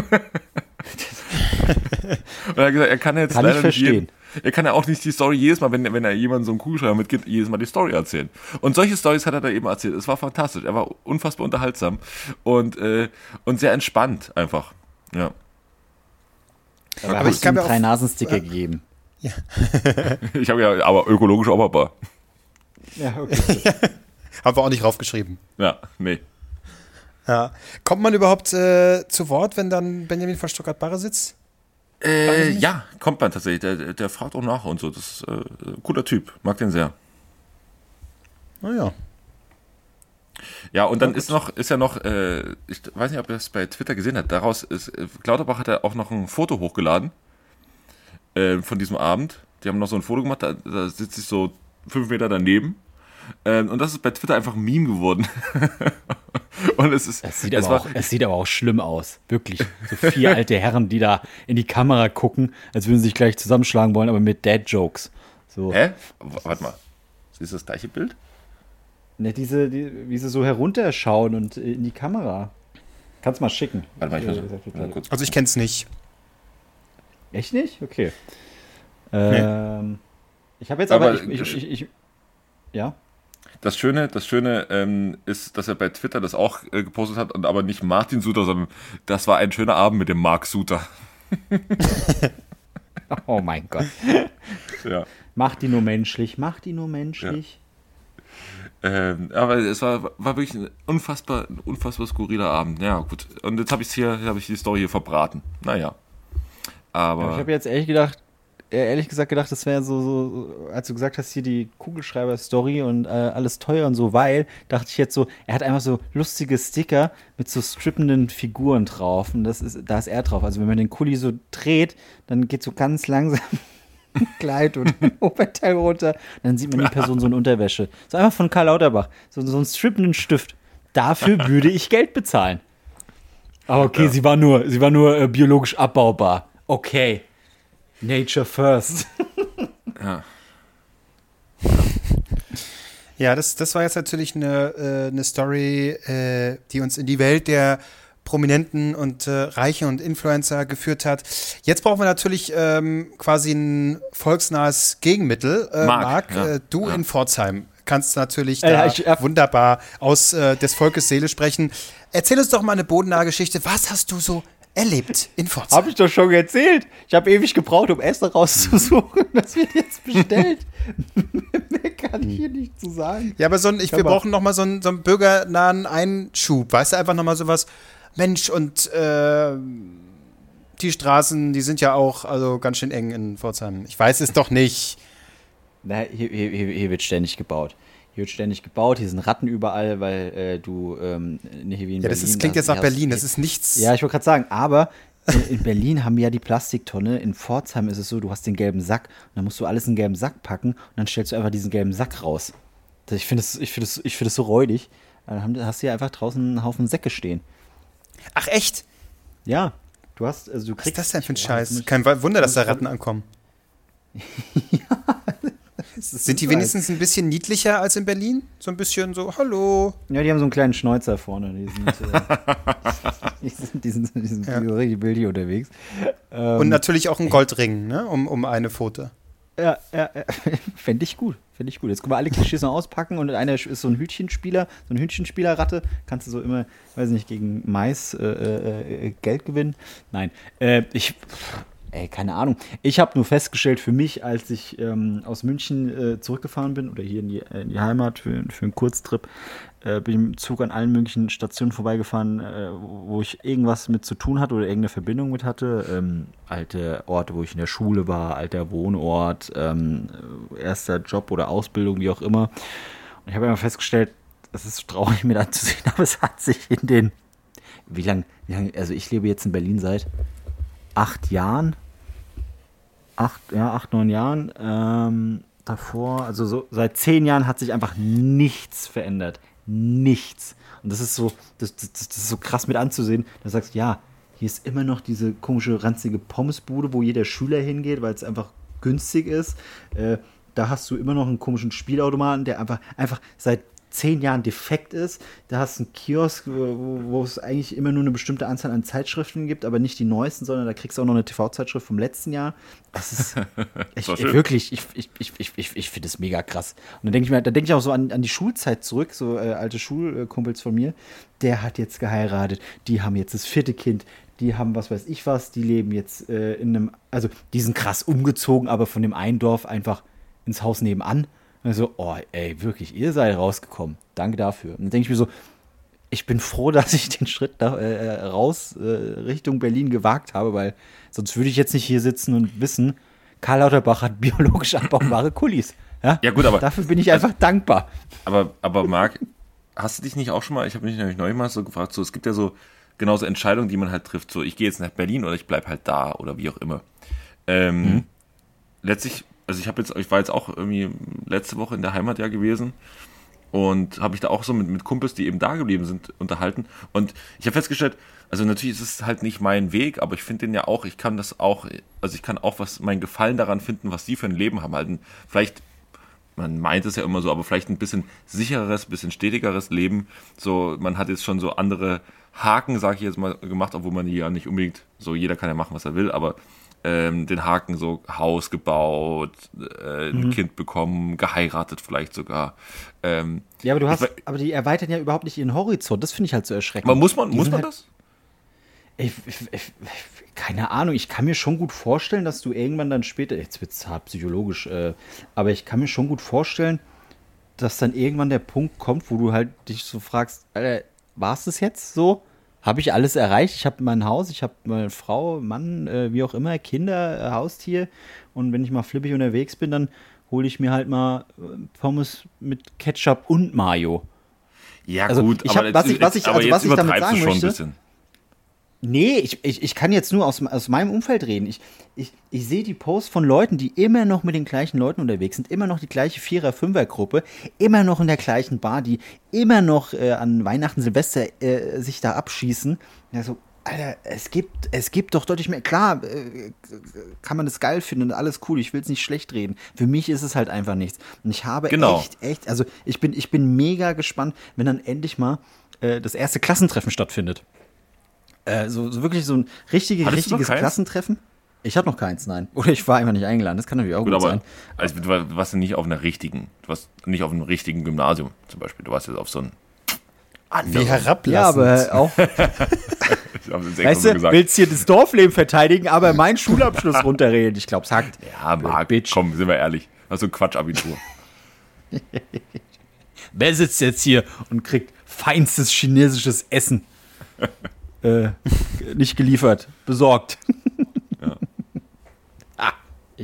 Und er hat gesagt, er kann jetzt kann leider nicht er kann ja auch nicht die Story jedes Mal, wenn er jemandem so einen Kugelschreiber mitgibt, jedes Mal die Story erzählen. Und solche Stories hat er da eben erzählt. Es war fantastisch. Er war unfassbar unterhaltsam und sehr entspannt einfach. Ja. Aber ich habe ihm 3 Nasensticker gegeben. Ja. Ich habe ja aber ökologisch abbaubar. Ja, okay. Haben wir auch nicht raufgeschrieben. Ja, nee. Ja. Kommt man überhaupt zu Wort, wenn dann Benjamin von Stuttgart-Barre sitzt? Ja, kommt man tatsächlich. Der fragt auch nach und so. Das ist ein cooler Typ. Mag den sehr. Naja. Ja, und dann ist ja noch, ich weiß nicht, ob ihr es bei Twitter gesehen habt, Lauterbach hat ja auch noch ein Foto hochgeladen von diesem Abend. Die haben noch so ein Foto gemacht, da sitze ich so 5 Meter daneben. Und das ist bei Twitter einfach ein Meme geworden. Und es sieht aber auch schlimm aus. Wirklich. So 4 alte Herren, die da in die Kamera gucken, als würden sie sich gleich zusammenschlagen wollen, aber mit Dad-Jokes. So. Hä? Warte mal. Ist das gleiche Bild? Ne, wie sie so herunterschauen und in die Kamera. Kannst mal schicken. Warte mal, kurz. Also ich kenn's nicht. Echt nicht? Okay. Nee. Ich habe jetzt aber ja. Das Schöne ist, dass er bei Twitter das auch gepostet hat, und aber nicht Martin Suter, sondern das war ein schöner Abend mit dem Mark Suter. Oh mein Gott. Ja. Mach die nur menschlich. Ja. Aber es war wirklich ein unfassbar skurriler Abend. Ja, gut. Und jetzt habe ich die Story hier verbraten. Naja. Aber ich habe jetzt ehrlich gesagt gedacht, das wäre so, als du gesagt hast, hier die Kugelschreiber-Story und alles teuer und so, weil, dachte ich jetzt so, er hat einfach so lustige Sticker mit so strippenden Figuren drauf und da ist er drauf. Also wenn man den Kuli so dreht, dann geht so ganz langsam ein Kleid und ein Oberteil runter, dann sieht man die Person so in Unterwäsche. So einfach von Karl Lauterbach, so einen strippenden Stift. Dafür würde ich Geld bezahlen. Aber okay, ja. sie war nur biologisch abbaubar. Okay. Nature first. Ja. Ja, das war jetzt natürlich eine Story, die uns in die Welt der Prominenten und Reichen und Influencer geführt hat. Jetzt brauchen wir natürlich quasi ein volksnahes Gegenmittel. Marc, du in Pforzheim kannst natürlich wunderbar aus des Volkes Seele sprechen. Erzähl uns doch mal eine bodennahe Geschichte. Was hast du so erlebt in Pforzheim? Habe ich doch schon erzählt. Ich habe ewig gebraucht, um Essen rauszusuchen. Das wird jetzt bestellt. Mehr kann ich hier nicht zu sagen. Ja, aber wir brauchen noch mal so einen bürgernahen Einschub. Weißt du, einfach noch mal sowas. Mensch, und die Straßen, die sind ja auch also ganz schön eng in Pforzheim. Ich weiß es doch nicht. Na, hier wird ständig gebaut. Hier sind Ratten überall, weil du nicht wie in Berlin. Das klingt jetzt nach Berlin, das ist nichts. Ja, ich wollte gerade sagen, aber in Berlin haben wir ja die Plastiktonne. In Pforzheim ist es so, du hast den gelben Sack und dann musst du alles in den gelben Sack packen und dann stellst du einfach diesen gelben Sack raus. Ich finde das so räudig. Dann hast du hier einfach draußen einen Haufen Säcke stehen. Ach, echt? Ja. Was ist das denn für ein Scheiß? Kein Wunder, dass da Ratten ankommen. Ja. Sind die wenigstens ein bisschen niedlicher als in Berlin? So ein bisschen so, hallo. Ja, die haben so einen kleinen Schnäuzer vorne. Die sind richtig bildlich unterwegs. Und natürlich auch einen Goldring, ne? um eine Pfote. Ja. Fände ich gut. Jetzt können wir alle Klischees noch auspacken und einer ist so ein Hütchenspieler, so eine Hütchenspielerratte. Kannst du so immer, weiß nicht, gegen Mais Geld gewinnen? Nein. Keine Ahnung. Ich habe nur festgestellt für mich, als ich aus München zurückgefahren bin oder hier in die Heimat für einen Kurztrip, bin ich im Zug an allen möglichen Stationen vorbeigefahren, wo ich irgendwas mit zu tun hatte oder irgendeine Verbindung mit hatte. Alte Orte, wo ich in der Schule war, alter Wohnort, erster Job oder Ausbildung, wie auch immer. Und ich habe immer festgestellt, es ist so traurig mir anzusehen, aber es hat sich in den, wie lang, also ich lebe jetzt in Berlin seit 8 Jahren, 9 Jahren, davor, also so seit 10 Jahren hat sich einfach nichts verändert. Nichts. Und das ist so, das ist so krass mit anzusehen, da sagst du, ja, hier ist immer noch diese komische, ranzige Pommesbude, wo jeder Schüler hingeht, weil es einfach günstig ist. Da hast du immer noch einen komischen Spielautomaten, der einfach seit 10 Jahren defekt ist. Da hast du einen Kiosk, wo es eigentlich immer nur eine bestimmte Anzahl an Zeitschriften gibt, aber nicht die neuesten, sondern da kriegst du auch noch eine TV-Zeitschrift vom letzten Jahr. Das ist wirklich, ich finde es mega krass. Und dann denke ich auch so an die Schulzeit zurück, so alte Schulkumpels von mir, der hat jetzt geheiratet, die haben jetzt das 4. Kind, die haben was weiß ich was, die leben jetzt in einem, also die sind krass umgezogen, aber von dem einen Dorf einfach ins Haus nebenan. Und so, oh, ey, wirklich, ihr seid rausgekommen. Danke dafür. Und dann denke ich mir so, ich bin froh, dass ich den Schritt raus Richtung Berlin gewagt habe, weil sonst würde ich jetzt nicht hier sitzen und wissen, Karl Lauterbach hat biologisch abbaubare Kulis. Ja, gut, aber dafür bin ich einfach dankbar. Aber Marc, hast du dich nicht auch schon mal, ich habe mich nämlich neulich mal so gefragt, so, es gibt ja so genauso Entscheidungen, die man halt trifft, so, ich gehe jetzt nach Berlin oder ich bleibe halt da oder wie auch immer. Letztlich, also ich war jetzt auch irgendwie letzte Woche in der Heimat ja gewesen und habe mich da auch so mit Kumpels, die eben da geblieben sind, unterhalten. Und ich habe festgestellt, also natürlich ist es halt nicht mein Weg, aber ich finde den ja auch, ich kann auch mein Gefallen daran finden, was die für ein Leben haben. Halt vielleicht, man meint es ja immer so, aber vielleicht ein bisschen sichereres, bisschen stetigeres Leben. So, man hat jetzt schon so andere Haken, sage ich jetzt mal, gemacht, obwohl man die ja nicht unbedingt, so jeder kann ja machen, was er will, aber den Haken so Haus gebaut, ein Kind bekommen, geheiratet vielleicht sogar. Ja, aber die erweitern ja überhaupt nicht ihren Horizont. Das finde ich halt so erschreckend. Aber muss man das? Keine Ahnung, ich kann mir schon gut vorstellen, dass du irgendwann dann später, jetzt wird es hart psychologisch, aber ich kann mir schon gut vorstellen, dass dann irgendwann der Punkt kommt, wo du halt dich so fragst, Alter, war es das jetzt so? Habe ich alles erreicht? Ich habe mein Haus, ich habe meine Frau, Mann, wie auch immer, Kinder, Haustier. Und wenn ich mal flippig unterwegs bin, dann hole ich mir halt mal Pommes mit Ketchup und Mayo. Ja, also, gut, was ich damit sagen möchte. Nee, ich kann jetzt nur aus meinem Umfeld reden. Ich sehe die Posts von Leuten, die immer noch mit den gleichen Leuten unterwegs sind, immer noch die gleiche 4er-, 5er-Gruppe, immer noch in der gleichen Bar, die immer noch an Weihnachten, Silvester sich da abschießen. Ja, so, Alter, es gibt doch deutlich mehr. Klar, kann man das geil finden und alles cool, ich will es nicht schlecht reden. Für mich ist es halt einfach nichts. Und ich habe echt, also ich bin mega gespannt, wenn dann endlich mal das erste Klassentreffen stattfindet. So wirklich so ein richtiges Klassentreffen. Ich hatte noch keins, nein. Oder ich war einfach nicht eingeladen, das kann natürlich auch gut sein. Also, du warst ja nicht auf einem richtigen Gymnasium zum Beispiel. Du warst jetzt auf so ein Wie herablassend. Ja, aber auch. Weißt du, willst hier das Dorfleben verteidigen, aber meinen Schulabschluss runterreden. Ich glaube, es hackt. Ja, Marc, komm, sind wir ehrlich. Hast du ein Quatschabitur. Wer sitzt jetzt hier und kriegt feinstes chinesisches Essen? Nicht geliefert, besorgt. Ja.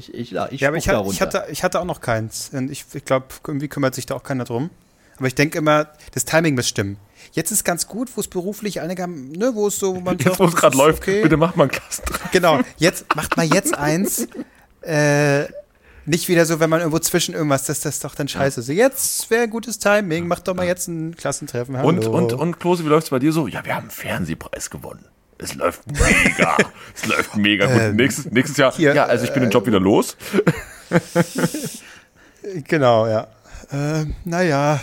Ich hatte auch noch keins. Und ich glaube, irgendwie kümmert sich da auch keiner drum. Aber ich denke immer, das Timing muss stimmen. Jetzt ist ganz gut, wo es beruflich einige haben, ne, wo es so, wo man jetzt, wo es gerade läuft, okay. Bitte macht mal ein Klassentreffen. Genau, macht mal jetzt eins. Nicht wieder so, wenn man irgendwo zwischen irgendwas, das ist doch dann scheiße. So, jetzt wäre gutes Timing, mach doch mal jetzt ein Klassentreffen. Hallo. Und Klose, wie läuft es bei dir so? Ja, wir haben einen Fernsehpreis gewonnen. Es läuft mega. Es läuft mega gut. Nächstes Jahr, hier, ja, also ich bin den Job wieder los. Genau, ja. Naja,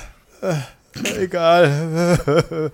egal.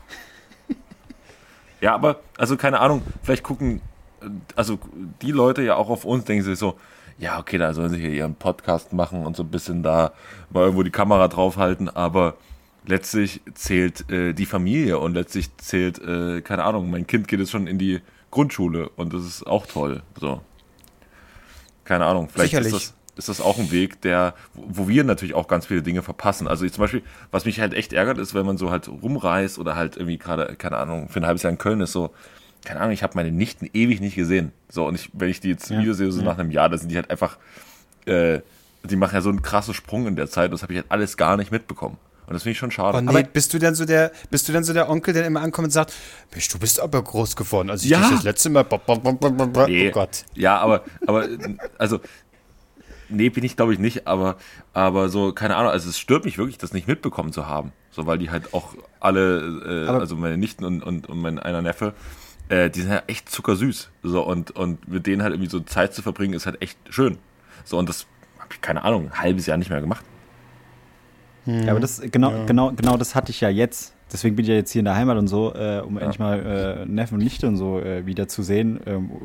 Ja, aber, also keine Ahnung, vielleicht gucken, also die Leute ja auch auf uns, denken sich so, ja, okay, da sollen sie hier ihren Podcast machen und so ein bisschen da mal irgendwo die Kamera draufhalten, aber letztlich zählt die Familie und letztlich zählt, keine Ahnung, mein Kind geht jetzt schon in die Grundschule und das ist auch toll, so. Keine Ahnung, vielleicht ist das auch ein Weg, wo wir natürlich auch ganz viele Dinge verpassen. Also ich zum Beispiel, was mich halt echt ärgert, ist, wenn man so halt rumreist oder halt irgendwie gerade, keine Ahnung, für ein halbes Jahr in Köln ist, so, keine Ahnung, ich habe meine Nichten ewig nicht gesehen. So, und wenn ich die jetzt wieder sehe, so nach einem Jahr, da sind die halt einfach die machen ja so einen krassen Sprung in der Zeit, das habe ich halt alles gar nicht mitbekommen. Und das finde ich schon schade. Oh nee, aber bist du dann so der Onkel, der immer ankommt und sagt, Mensch, du bist aber groß geworden. Also ich Ja. dich das letzte Mal, Nee. oh Gott. Ja, aber, also, nee, bin ich glaube ich nicht, aber so, keine Ahnung, also es stört mich wirklich, das nicht mitbekommen zu haben. So, weil die halt auch alle, also meine Nichten und mein einer Neffe, die sind ja echt zuckersüß. So, und mit denen halt irgendwie so Zeit zu verbringen, ist halt echt schön. So, und das habe ich, keine Ahnung, ein halbes Jahr nicht mehr gemacht. Ja, aber das, genau das hatte ich ja jetzt. Deswegen bin ich ja jetzt hier in der Heimat und so, um endlich mal Neffen und Nichte und so wieder zu sehen.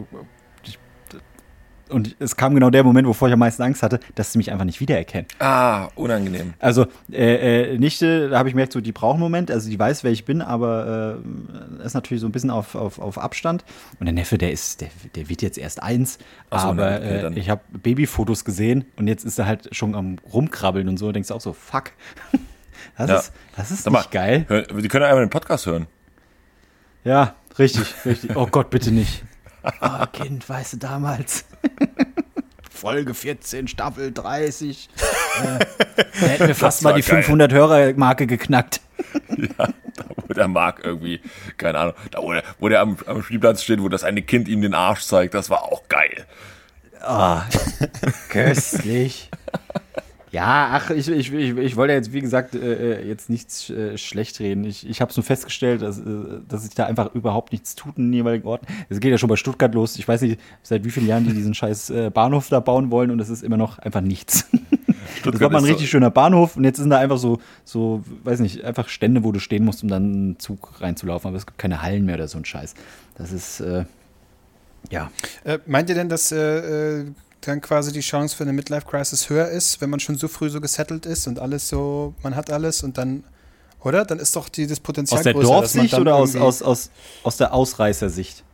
Und es kam genau der Moment, wovor ich am meisten Angst hatte, dass sie mich einfach nicht wiedererkennen. Ah, unangenehm. Also, Nichte, da habe ich gemerkt, so, die braucht einen Moment, also die weiß, wer ich bin, aber ist natürlich so ein bisschen auf Abstand. Und der Neffe, der wird jetzt erst 1, Ach so, aber okay, dann. ich habe Babyfotos gesehen und jetzt ist er halt schon am Rumkrabbeln und so, denkst du auch so, fuck. Das ist Sag mal, nicht geil. Die können einmal den Podcast hören. Ja, richtig. Oh Gott, bitte nicht. Oh, Kind, weißt du, damals. Folge 14, Staffel 30. Da hätten wir fast mal die geil. 500-Hörer-Marke geknackt. Ja, da wo der Marc irgendwie, keine Ahnung, da wo der am Spielplatz steht, wo das eine Kind ihm den Arsch zeigt, das war auch geil. Oh, köstlich. Ja, ach, ich wollte jetzt, wie gesagt, jetzt nichts schlecht reden. Ich habe es nur festgestellt, dass sich da einfach überhaupt nichts tut in den jeweiligen Orten. Es geht ja schon bei Stuttgart los. Ich weiß nicht, seit wie vielen Jahren die diesen scheiß Bahnhof da bauen wollen und es ist immer noch einfach nichts. Das war mal ein richtig schöner Bahnhof und jetzt sind da einfach so, weiß nicht, einfach Stände, wo du stehen musst, um dann einen Zug reinzulaufen. Aber es gibt keine Hallen mehr oder so ein Scheiß. Das ist, ja. Meint ihr denn, dass dann quasi die Chance für eine Midlife-Crisis höher ist, wenn man schon so früh so gesettelt ist und alles so, man hat alles und dann, oder? Dann ist doch das Potenzial aus der größer. Dorfsicht oder aus der Ausreißersicht?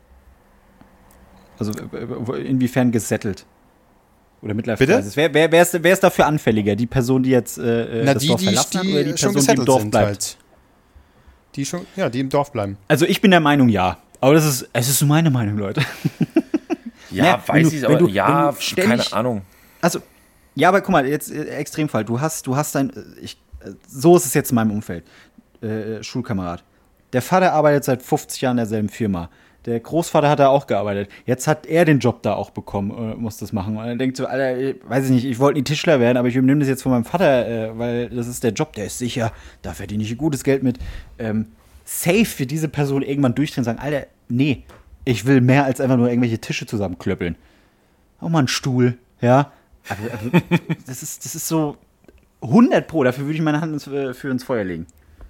Also inwiefern gesettelt? Oder Midlife-Crisis? Wer ist dafür anfälliger? Die Person, die jetzt das Dorf verlassen hat oder die Person, die im Dorf bleibt? Halt. Die schon, ja, die im Dorf bleiben. Also ich bin der Meinung, ja. Aber es ist so meine Meinung, Leute. Ja, weiß ich, aber ja, keine Ahnung. Also, ja, aber guck mal, jetzt Extremfall. Du hast so ist es jetzt in meinem Umfeld. Schulkamerad. Der Vater arbeitet seit 50 Jahren in derselben Firma. Der Großvater hat da auch gearbeitet. Jetzt hat er den Job da auch bekommen, muss das machen. Und er denkt so, Alter, weiß ich nicht, ich wollte nie Tischler werden, aber ich übernehme das jetzt von meinem Vater, weil das ist der Job, der ist sicher, da verdiene ich gutes Geld mit. Safe für diese Person irgendwann durchdrehen und sagen, Alter, nee, ich will mehr als einfach nur irgendwelche Tische zusammenklöppeln. Auch mal einen Stuhl, ja. Also, das ist so 100 Pro, dafür würde ich meine Hand ins Feuer legen.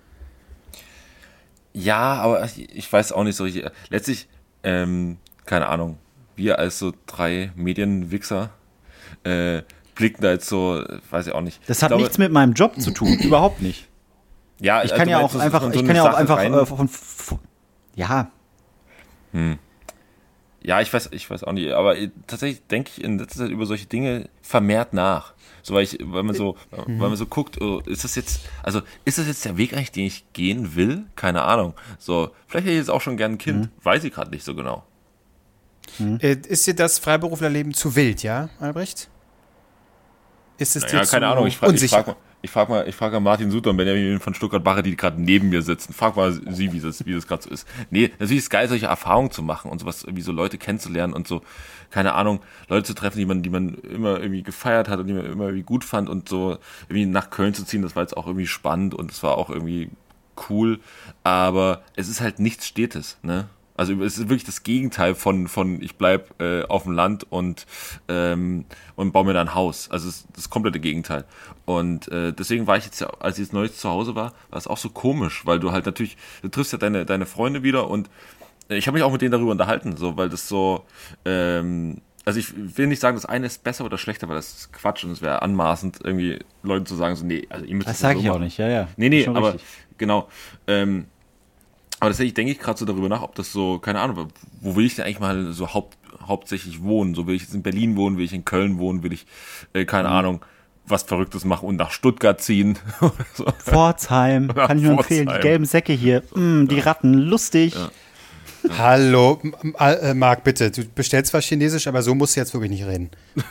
Ja, aber ich weiß auch nicht so richtig. Letztlich, keine Ahnung, wir als so 3 Medienwichser blicken da jetzt so, weiß ich auch nicht. Das hat nichts mit meinem Job zu tun, überhaupt nicht. Ja, ich kann ja auch einfach, ja. Ja, ich weiß auch nicht, aber tatsächlich denke ich in letzter Zeit über solche Dinge vermehrt nach. So, weil man so guckt, ist das jetzt der Weg eigentlich, den ich gehen will? Keine Ahnung. So, vielleicht hätte ich jetzt auch schon gern ein Kind, weiß ich gerade nicht so genau. Ist dir das Freiberuflerleben zu wild, ja, Albrecht? Ist es dir zu keine Ahnung, unsicher? Ich frage mal Martin Suter und Benjamin von Stuttgart-Barre, die gerade neben mir sitzen. Frag mal sie, wie das gerade so ist. Nee, natürlich ist es geil, solche Erfahrungen zu machen und sowas, irgendwie so Leute kennenzulernen und so, keine Ahnung, Leute zu treffen, die man immer irgendwie gefeiert hat und die man immer irgendwie gut fand und so irgendwie nach Köln zu ziehen, das war jetzt auch irgendwie spannend und es war auch irgendwie cool, aber es ist halt nichts Stetes, ne? Also es ist wirklich das Gegenteil von ich bleib auf dem Land und baue mir da ein Haus. Also es ist das komplette Gegenteil. Und deswegen war ich jetzt, als ich jetzt neulich zu Hause war es auch so komisch, weil du halt natürlich, du triffst ja deine Freunde wieder und ich habe mich auch mit denen darüber unterhalten, so, weil das so, also ich will nicht sagen, das eine ist besser oder schlechter, weil das ist Quatsch und es wäre anmaßend, irgendwie Leuten zu sagen, so, nee, also ihr müsst das sage ich auch nicht, ja. Nee, aber richtig. Genau, aber tatsächlich denke ich gerade so darüber nach, ob das so, keine Ahnung, wo will ich denn eigentlich mal so hauptsächlich wohnen? So, will ich jetzt in Berlin wohnen, will ich in Köln wohnen, will ich, keine Ahnung, was Verrücktes machen und nach Stuttgart ziehen. So. Pforzheim, kann ich nur empfehlen, die gelben Säcke hier, die Ratten, lustig. Ja. Hallo, Marc, bitte, du bestellst zwar Chinesisch, aber so musst du jetzt wirklich nicht reden.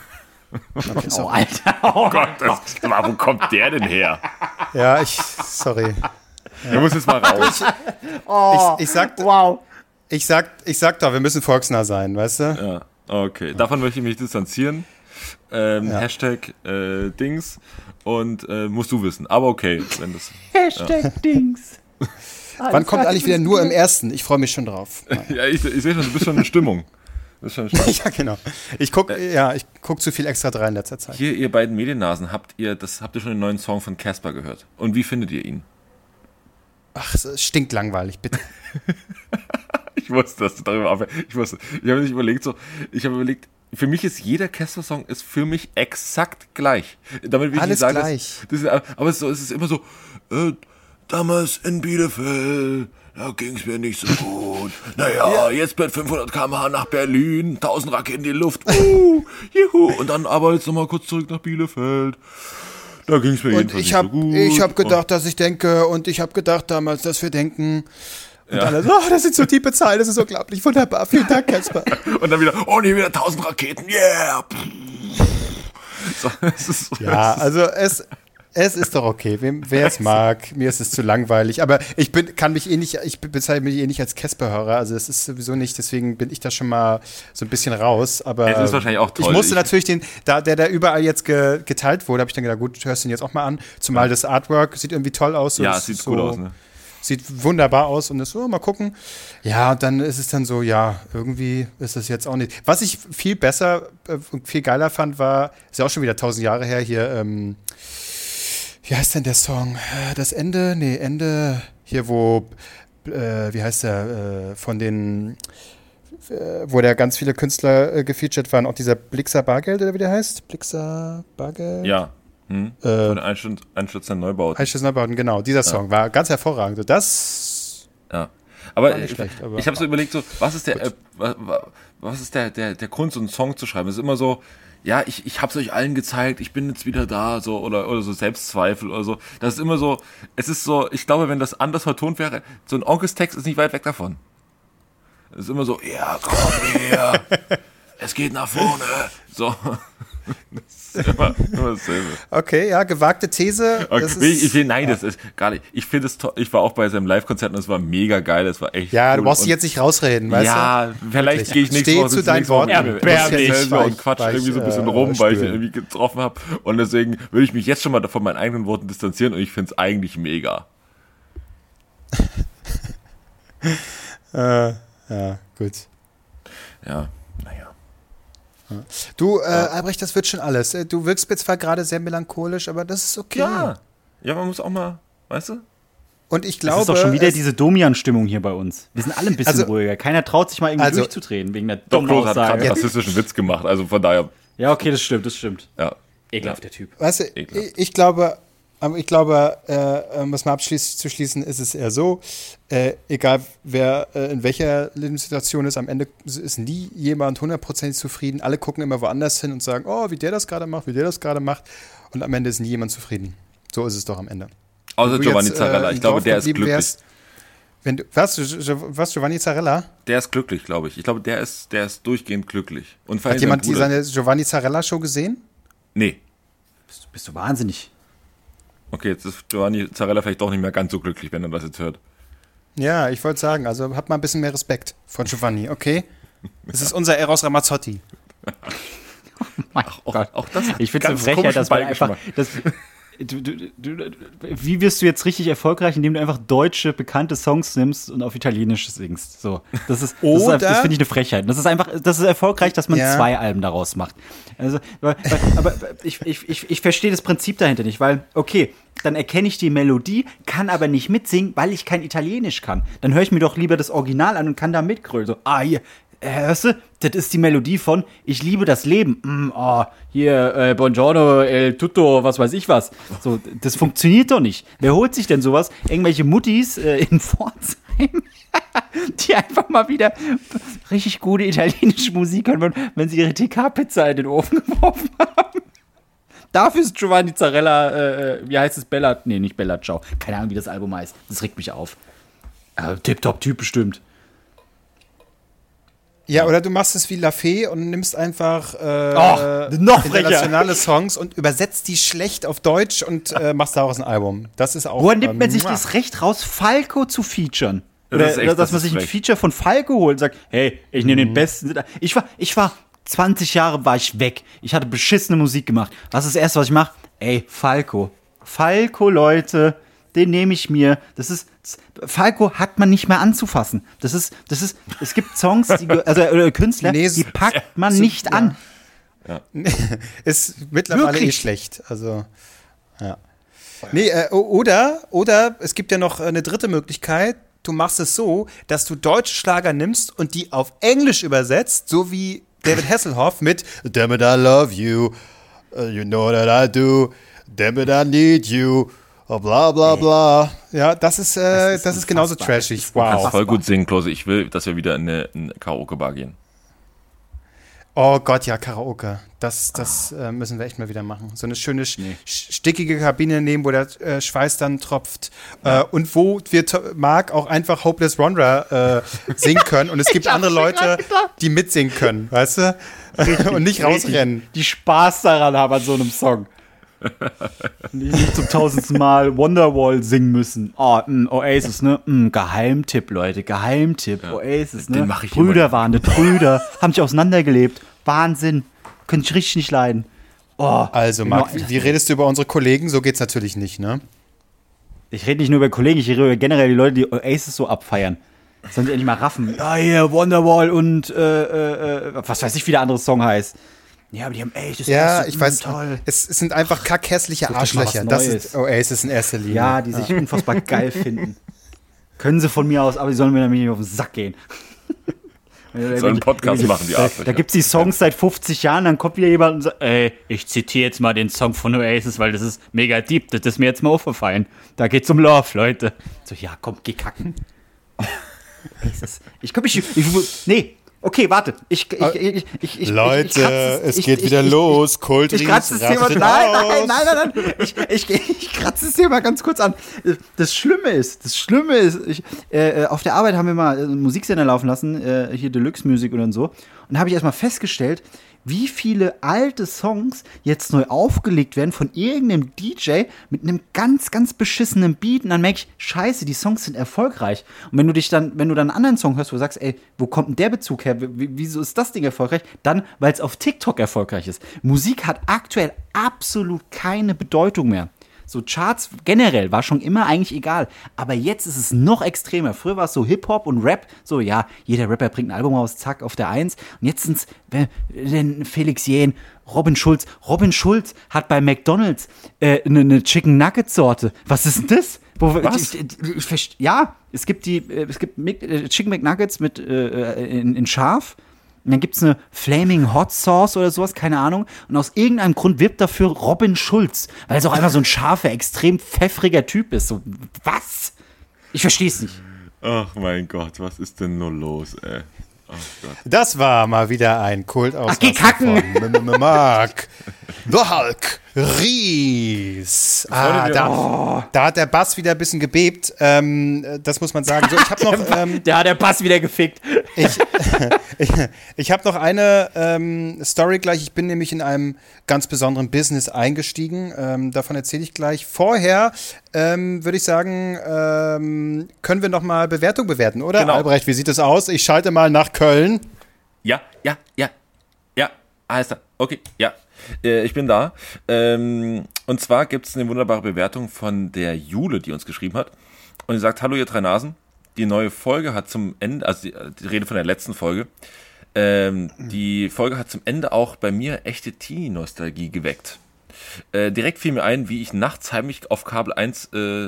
Okay, Oh, Alter. Oh, Gott, wo kommt der denn her? Ja, sorry. Du musst jetzt mal raus. Ich sag, wow. ich sag doch, wir müssen volksnah sein, weißt du? Ja, okay. Davon möchte ich mich distanzieren. Hashtag Dings und musst du wissen. Aber okay, wenn das. Hashtag Dings. Wann kommt eigentlich wieder nur im ersten? Ich freue mich schon drauf. Ja, ich sehe schon, du bist schon in Stimmung. Ja, genau. Ich guck zu viel extra 3 in letzter Zeit. Hier, ihr beiden Mediennasen, habt ihr schon den neuen Song von Casper gehört? Und wie findet ihr ihn? Ach, es stinkt langweilig, bitte. Ich wusste, dass du darüber aufhörst. Ich habe nicht überlegt, für mich ist jeder Casper-Song ist für mich exakt gleich. Damit will ich Alles nicht sagen, gleich. Aber es ist immer so, damals in Bielefeld, da ging es mir nicht so gut. Naja, jetzt mit 500 km/h nach Berlin, 1000 Raketen in die Luft, juhu. Und dann aber jetzt nochmal kurz zurück nach Bielefeld. Da ging es mir Und jedenfalls nicht so gut. ich habe gedacht, dass ich denke, und ich habe gedacht damals, dass wir denken. Und alle so, das sind so tiefe Zahlen, das ist unglaublich, wunderbar, vielen Dank, Casper. Und dann wieder, oh nee, wieder 1000 Raketen, yeah. So, Ja, also es ist doch okay, wer es mag, mir ist es zu langweilig, aber ich bezeichne mich nicht als Casper-Hörer, also das ist sowieso nicht, deswegen bin ich da schon mal so ein bisschen raus, aber es ist wahrscheinlich auch toll. Ich musste natürlich der überall jetzt geteilt wurde, habe ich dann gedacht, gut, hörst du den jetzt auch mal an, zumal das Artwork sieht irgendwie toll aus. Ja, es sieht so gut aus, ne? Sieht wunderbar aus und das so, mal gucken. Ja, und dann ist es dann so, ja, irgendwie ist das jetzt auch nicht. Was ich viel besser und viel geiler fand, ist ja auch schon wieder 1000 Jahre her, hier, wie heißt denn der Song? Das Ende? Nee, Ende, hier wo, wie heißt der, von den, wo da ganz viele Künstler gefeatured waren, auch dieser Blixer Bargeld, oder wie der heißt? Blixer Bargeld? Ja. Von Einsturz der Neubauten. Einsturz der Neubauten, genau. Dieser Song war ganz hervorragend. So, das ja. Aber nicht schlecht, aber ich habe so überlegt, so, was ist der Grund, so einen Song zu schreiben? Es ist immer so, ja, ich habe es euch allen gezeigt, ich bin jetzt wieder da, so, oder so Selbstzweifel oder so. Das ist immer so, es ist so, ich glaube, wenn das anders vertont wäre, so ein Onkels-Text ist nicht weit weg davon. Es ist immer so, ja, komm her, es geht nach vorne, so. Das ist immer dasselbe. Okay, ja, gewagte These. Okay, nein, das ist gar nicht. Ich finde es toll. Ich war auch bei seinem Live-Konzert und es war mega geil. Es war echt. Ja, cool. du brauchst dich jetzt nicht rausreden, weißt du? Ja, vielleicht gehe ich nächste Woche zu deinen Worten. Und quatsch irgendwie so ein bisschen rum, weil ich ihn irgendwie getroffen habe. Und deswegen würde ich mich jetzt schon mal von meinen eigenen Worten distanzieren und ich finde es eigentlich mega. Ja, gut. Ja, naja. Du, Albrecht, das wird schon alles. Du wirkst mir zwar gerade sehr melancholisch, aber das ist okay. Ja, man muss auch mal, weißt du? Und ich glaube, das ist doch schon wieder diese Domian-Stimmung hier bei uns. Wir sind alle ein bisschen ruhiger. Keiner traut sich mal irgendwie durchzudrehen wegen der dummen Aussage. Hat gerade Aussage. einen rassistischen Witz gemacht, also von daher. Ja, okay, das stimmt. Ja. Ekelhafter Typ. Weißt du, ich glaube, um es mal abzuschließen, ist es eher so, egal wer in welcher Lebenssituation ist, am Ende ist nie jemand 100% zufrieden. Alle gucken immer woanders hin und sagen, oh, wie der das gerade macht. Und am Ende ist nie jemand zufrieden. So ist es doch am Ende. Außer Giovanni Zarella. Ich glaube, der ist glücklich. Was, Giovanni Zarella? Der ist glücklich, glaube ich. Ich glaube, der ist durchgehend glücklich. Und Hat jemand seine Giovanni Zarella-Show gesehen? Nee. Bist du wahnsinnig? Okay, jetzt ist Giovanni Zarella vielleicht doch nicht mehr ganz so glücklich, wenn er das jetzt hört. Ja, ich wollte sagen, also habt mal ein bisschen mehr Respekt vor Giovanni, okay? Das ist unser Eros Ramazzotti. Auch das. Ich finde es eine Frechheit, dass man einfach. Wie wirst du jetzt richtig erfolgreich, indem du einfach deutsche, bekannte Songs nimmst und auf Italienisch singst? So, das finde ich eine Frechheit. Das ist erfolgreich, dass man 2 Alben daraus macht. Also, aber ich verstehe das Prinzip dahinter nicht, weil, okay, dann erkenne ich die Melodie, kann aber nicht mitsingen, weil ich kein Italienisch kann. Dann höre ich mir doch lieber das Original an und kann da mitgrölen. So, hier, hörst du, das ist die Melodie von Ich liebe das Leben. Hier, Buongiorno, el tutto, was weiß ich was. So, das funktioniert doch nicht. Wer holt sich denn sowas? Irgendwelche Muttis in Pforzheim, die einfach mal wieder richtig gute italienische Musik hören, wenn sie ihre TK-Pizza in den Ofen geworfen haben. Dafür ist Giovanni Zarella, wie heißt es, Bella? Nee, nicht Bella Ciao. Keine Ahnung, wie das Album heißt. Das regt mich auf. Tipptopp-Typ bestimmt. Ja, oder du machst es wie Lafay und nimmst einfach noch internationale Songs und übersetzt die schlecht auf Deutsch und machst daraus ein Album. Das ist auch. Woher nimmt man sich das Recht raus, Falco zu featuren? Oder dass man sich ein Feature von Falco holt und sagt, hey, ich nehme den besten. Ich war 20 Jahre war ich weg. Ich hatte beschissene Musik gemacht. Was ist das Erste, was ich mache? Ey, Falco. Falco, Leute, den nehme ich mir. Falco hat man nicht mehr anzufassen. Es gibt Songs, oder Künstler, die packt man nicht an. Ja. Ist mittlerweile Wirklich? Schlecht. Also, ja. Nee, oder es gibt ja noch eine dritte Möglichkeit. Du machst es so, dass du deutsche Schlager nimmst und die auf Englisch übersetzt, so wie David Hasselhoff mit Damn it, I love you, you know that I do, damn it, I need you, bla bla bla. Ja, das ist genauso trashig. Du kannst voll gut singen, Klose. Ich will, dass wir wieder in eine Karaoke-Bar gehen. Oh Gott, ja, Karaoke. Das müssen wir echt mal wieder machen. So eine schöne, stickige Kabine nehmen, wo der Schweiß dann tropft. Und wo wir Marc auch einfach Hopeless Wanderer singen können. Und es gibt andere Leute, die mitsingen können, weißt du? Und nicht rausrennen. Die Spaß daran haben an so einem Song. Nicht zum 1000. Mal Wonderwall singen müssen. Oasis, ne? Geheimtipp, Leute, Geheimtipp. Ja. Oasis, ne? Den mach ich Brüder waren das, Brüder. Haben sich auseinandergelebt. Wahnsinn. Könnte ich richtig nicht leiden. Oh, also, Marc, wie redest du über unsere Kollegen? So geht's natürlich nicht, ne? Ich rede nicht nur über Kollegen, ich rede über generell die Leute, die Oasis so abfeiern. Sollen sie endlich mal raffen. Ja, hier, Wonderwall und was weiß ich, wie der andere Song heißt. Ja, aber die haben echt, das ja, ich weiß, toll. Es sind einfach kackhässliche Arschlöcher. Das ist Oasis in erster Linie. Ja, die sich unfassbar geil finden. Können sie von mir aus, aber die sollen mir nämlich nicht auf den Sack gehen. Sollen einen Podcast machen, die Arschlöcher. Da gibt's die Songs seit 50 Jahren, dann kommt wieder jemand und sagt, ey, ich zitiere jetzt mal den Song von Oasis, weil das ist mega deep, das ist mir jetzt mal aufgefallen. Da geht's um Love, Leute. So, ja, komm, geh kacken. Nee. Okay, warte. Leute, es geht wieder los. Kultries, ich kratze das Thema. Nein. Ich kratze das Thema ganz kurz an. Das Schlimme ist, auf der Arbeit haben wir mal einen Musiksender laufen lassen, hier Deluxe Music und so. Und da habe ich erstmal festgestellt, wie viele alte Songs jetzt neu aufgelegt werden von irgendeinem DJ mit einem ganz, ganz beschissenen Beat. Und dann merke ich, scheiße, die Songs sind erfolgreich. Und wenn du dann einen anderen Song hörst, wo du sagst, ey, wo kommt denn der Bezug her? Wieso ist das Ding erfolgreich? Dann, weil es auf TikTok erfolgreich ist. Musik hat aktuell absolut keine Bedeutung mehr. So Charts generell war schon immer eigentlich egal. Aber jetzt ist es noch extremer. Früher war es so Hip-Hop und Rap. So, ja, jeder Rapper bringt ein Album raus, zack, auf der 1. Und jetzt sind es Felix Jähn, Robin Schulz. Robin Schulz hat bei McDonald's eine Chicken Nuggets Sorte. Was ist denn das? Was? Es gibt Chicken McNuggets in scharf. Und dann gibt es eine Flaming Hot Sauce oder sowas, keine Ahnung. Und aus irgendeinem Grund wirbt dafür Robin Schulz, weil es auch einfach so ein scharfer, extrem pfeffriger Typ ist. So, was? Ich verstehe es nicht. Ach mein Gott, was ist denn nur los, ey? Oh Gott. Das war mal wieder ein Kultausraster geh kacken! von Marc The Hulk Ries. Da hat der Bass wieder ein bisschen gebebt. Das muss man sagen. So, ich habe noch. Der hat der Bass wieder gefickt. Ich habe noch eine Story gleich. Ich bin nämlich in einem ganz besonderen Business eingestiegen. Davon erzähle ich gleich. Vorher würde ich sagen, können wir noch mal Bewertung bewerten, oder? Genau. Albrecht, wie sieht es aus? Ich schalte mal nach Köln. Ja. Alles klar. Okay, ja. Ich bin da. Und zwar gibt es eine wunderbare Bewertung von der Jule, die uns geschrieben hat. Und sie sagt, hallo ihr drei Nasen. Die neue Folge hat zum Ende, also die Rede von der letzten Folge, die Folge hat zum Ende auch bei mir echte Teenie-Nostalgie geweckt. Direkt fiel mir ein, wie ich nachts heimlich auf Kabel 1,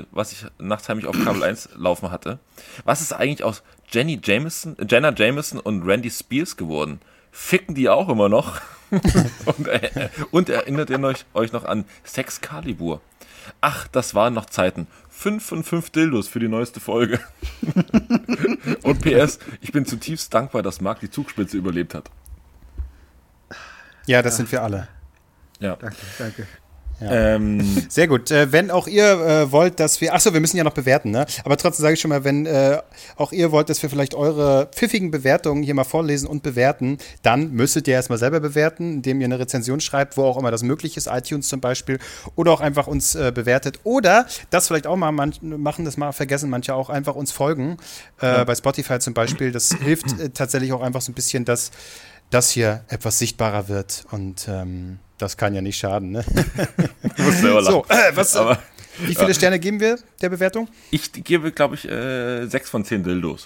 laufen hatte. Was ist eigentlich aus Jenna Jameson und Randy Spears geworden? Ficken die auch immer noch? und erinnert ihr euch noch an Sexcalibur? Ach, das waren noch Zeiten. 5 von 5 Dildos für die neueste Folge. Und PS, ich bin zutiefst dankbar, dass Marc die Zugspitze überlebt hat. Ja, das sind wir alle. Ja. Danke. Sehr gut. Wenn auch ihr wollt, dass wir, achso, wir müssen ja noch bewerten, ne? Aber trotzdem sage ich schon mal, wenn auch ihr wollt, dass wir vielleicht eure pfiffigen Bewertungen hier mal vorlesen und bewerten, dann müsstet ihr erstmal selber bewerten, indem ihr eine Rezension schreibt, wo auch immer das möglich ist, iTunes zum Beispiel, oder auch einfach uns bewertet. Oder, das vielleicht auch mal machen, das mal vergessen manche auch, einfach uns folgen. Bei Spotify zum Beispiel. Das hilft tatsächlich auch einfach so ein bisschen, dass das hier etwas sichtbarer wird. Und das kann ja nicht schaden, ne? Du musst selber lachen. So, wie viele Sterne geben wir der Bewertung? Ich gebe, glaube ich, 6 von 10 Dildos.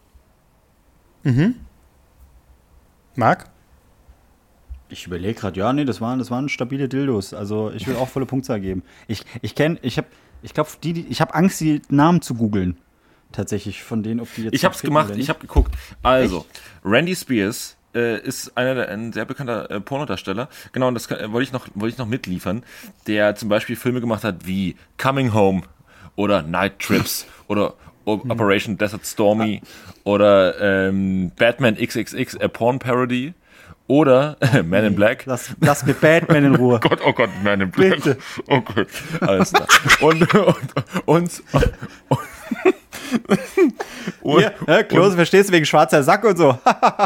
Marc? Ich überlege gerade, ja, nee, das waren stabile Dildos. Also ich will auch volle Punktzahl geben. Ich habe Angst, die Namen zu googeln. Tatsächlich, von denen, ob die jetzt. Ich habe es gemacht, ich habe geguckt. Also, echt? Randy Spears ist ein sehr bekannter Pornodarsteller. Genau, und das wollte ich noch mitliefern, der zum Beispiel Filme gemacht hat wie Coming Home oder Night Trips oder Operation Desert Stormy oder Batman XXX, a Porn Parody. Oder Man in Black. Lass mir Batman in Ruhe. Oh Gott, Man in Black. Bitte. Oh Gott, alles klar. Klose, verstehst du, wegen schwarzer Sack und so.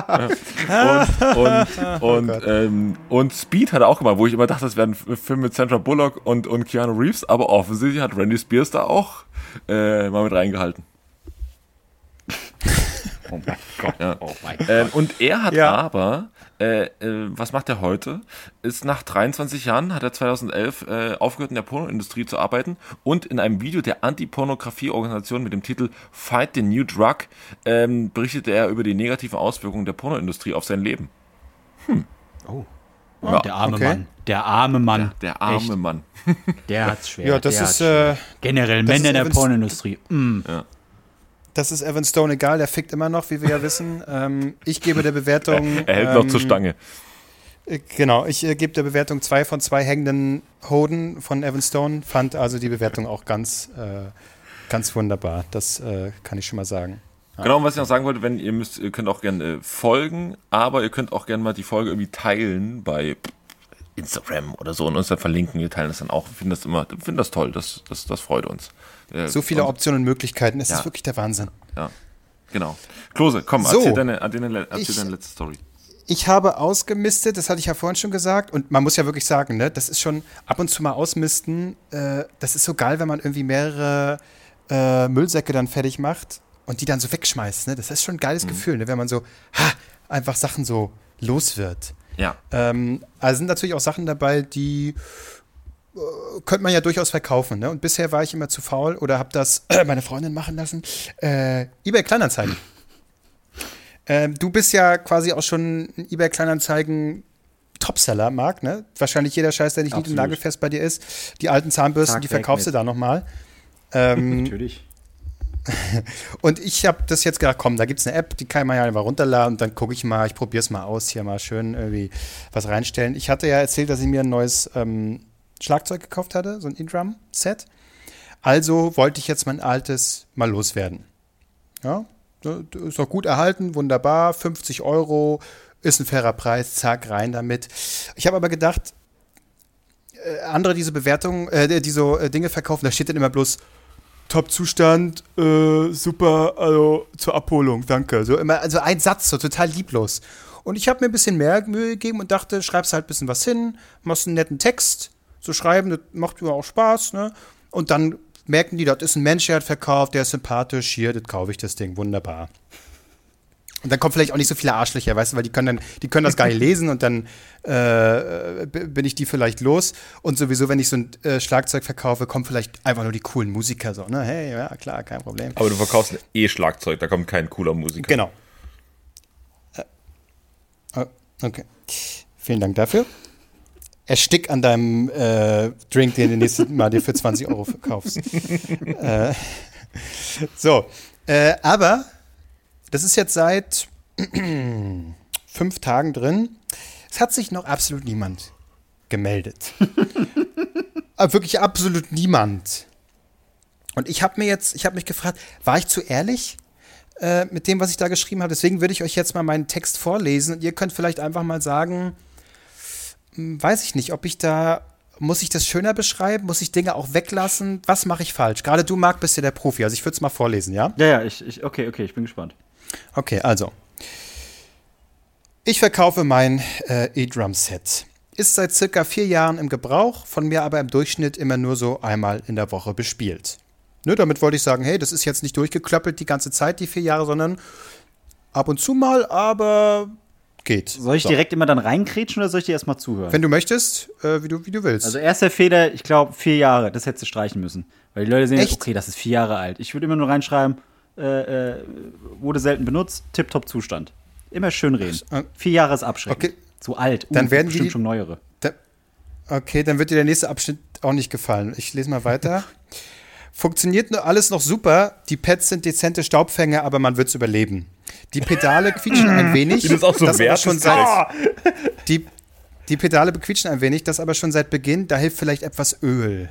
und Speed hat er auch gemacht, wo ich immer dachte, das wäre ein Film mit Sandra Bullock und Keanu Reeves, aber offensichtlich hat Randy Spears da auch mal mit reingehalten. Oh mein Gott. Ja. Oh mein Gott. Und er hat aber, was macht er heute? Ist nach 23 Jahren, hat er 2011 aufgehört in der Pornoindustrie zu arbeiten und in einem Video der Anti-Pornografie-Organisation mit dem Titel Fight the New Drug berichtete er über die negativen Auswirkungen der Pornoindustrie auf sein Leben. Oh. Ja, der arme Mann. Der arme Mann. Der arme Mann. Der hat's schwer. Ja, das ist generell Männer in der Pornoindustrie. Ja. Das ist Evan Stone egal, der fickt immer noch, wie wir ja wissen. Ich gebe der Bewertung... Er hält noch zur Stange. Genau, ich gebe der Bewertung 2 von 2 hängenden Hoden von Evan Stone. Fand also die Bewertung auch ganz wunderbar. Das kann ich schon mal sagen. Ja. Genau, und was ich noch sagen wollte, wenn ihr müsst, ihr könnt auch gerne folgen, aber ihr könnt auch gerne mal die Folge irgendwie teilen bei Instagram oder so und uns dann verlinken. Wir teilen das dann auch. Wir finden das toll. Das freut uns. So viele Optionen und Möglichkeiten. Es ist wirklich der Wahnsinn. Ja, genau. Klose, komm, erzähl deine letzte Story. Ich habe ausgemistet, das hatte ich ja vorhin schon gesagt. Und man muss ja wirklich sagen, ne, das ist schon ab und zu mal ausmisten. Das ist so geil, wenn man irgendwie mehrere Müllsäcke dann fertig macht und die dann so wegschmeißt. Ne? Das ist schon ein geiles Gefühl, ne? Wenn man so einfach Sachen so los wird. Ja. Also sind natürlich auch Sachen dabei, die könnte man ja durchaus verkaufen. Ne? Und bisher war ich immer zu faul oder habe das meine Freundin machen lassen. eBay Kleinanzeigen. Du bist ja quasi auch schon ein eBay Kleinanzeigen Topseller, Marc, ne? Wahrscheinlich jeder Scheiß, der nicht nied- und nagelfest bei dir ist. Die alten Zahnbürsten, die verkaufst du da nochmal. Natürlich. Und ich habe das jetzt gedacht, komm, da gibt es eine App, die kann man ja einfach runterladen und dann gucke ich mal, ich probiere es mal aus, hier mal schön irgendwie was reinstellen. Ich hatte ja erzählt, dass ich mir ein neues Schlagzeug gekauft hatte, so ein In-Drum-Set. Also wollte ich jetzt mein altes mal loswerden. Ja, ist auch gut erhalten, wunderbar, 50 €, ist ein fairer Preis, zack, rein damit. Ich habe aber gedacht, andere diese Bewertungen, die so Dinge verkaufen, da steht dann immer bloß Top-Zustand, super, also zur Abholung, danke. So immer, also ein Satz, so total lieblos. Und ich habe mir ein bisschen mehr Mühe gegeben und dachte, schreibst halt ein bisschen was hin, machst einen netten Text, so schreiben, das macht mir auch Spaß, ne? Und dann merken die, das ist ein Mensch, der hat verkauft, der ist sympathisch, hier, das kaufe ich, das Ding, wunderbar. Und dann kommen vielleicht auch nicht so viele Arschlöcher, weißt du, weil die können das gar nicht lesen und dann bin ich die vielleicht los. Und sowieso, wenn ich so ein Schlagzeug verkaufe, kommen vielleicht einfach nur die coolen Musiker so, ne? Hey, ja, klar, kein Problem. Aber du verkaufst ein E-Schlagzeug, da kommt kein cooler Musiker. Genau. Okay. Vielen Dank dafür. Erstick an deinem Drink, den du nächstes Mal dir für 20 € verkaufst. Aber das ist jetzt seit 5 Tagen drin. Es hat sich noch absolut niemand gemeldet. Aber wirklich absolut niemand. Und ich habe mich gefragt, war ich zu ehrlich mit dem, was ich da geschrieben habe? Deswegen würde ich euch jetzt mal meinen Text vorlesen und ihr könnt vielleicht einfach mal sagen, weiß ich nicht, ob ich da Muss ich das schöner beschreiben? Muss ich Dinge auch weglassen? Was mache ich falsch? Gerade du, Marc, bist ja der Profi. Also ich würde es mal vorlesen, ja? Ja, okay, ich bin gespannt. Okay, also. Ich verkaufe mein E-Drum-Set. Ist seit circa 4 Jahren im Gebrauch, von mir aber im Durchschnitt immer nur so einmal in der Woche bespielt. Ne, damit wollte ich sagen, hey, das ist jetzt nicht durchgeklöppelt die ganze Zeit, die 4 Jahre, sondern ab und zu mal, aber geht. Soll ich direkt immer dann reinkrätschen oder soll ich dir erstmal zuhören? Wenn du möchtest, wie du willst. Also erster Fehler, ich glaube 4 Jahre, das hättest du streichen müssen. Weil die Leute sehen jetzt, okay, das ist 4 Jahre alt. Ich würde immer nur reinschreiben, wurde selten benutzt, Tip-Top-Zustand. Immer schön reden. 4 Jahre ist abschreckend. Okay. Zu alt. Dann werden bestimmt schon neuere. Okay, dann wird dir der nächste Abschnitt auch nicht gefallen. Ich lese mal weiter. Funktioniert nur alles noch super. Die Pads sind dezente Staubfänger, aber man wird es überleben. Die Pedale quietschen ein wenig. Das ist auch so wert. Die Pedale bequietschen ein wenig, das aber schon seit Beginn. Da hilft vielleicht etwas Öl.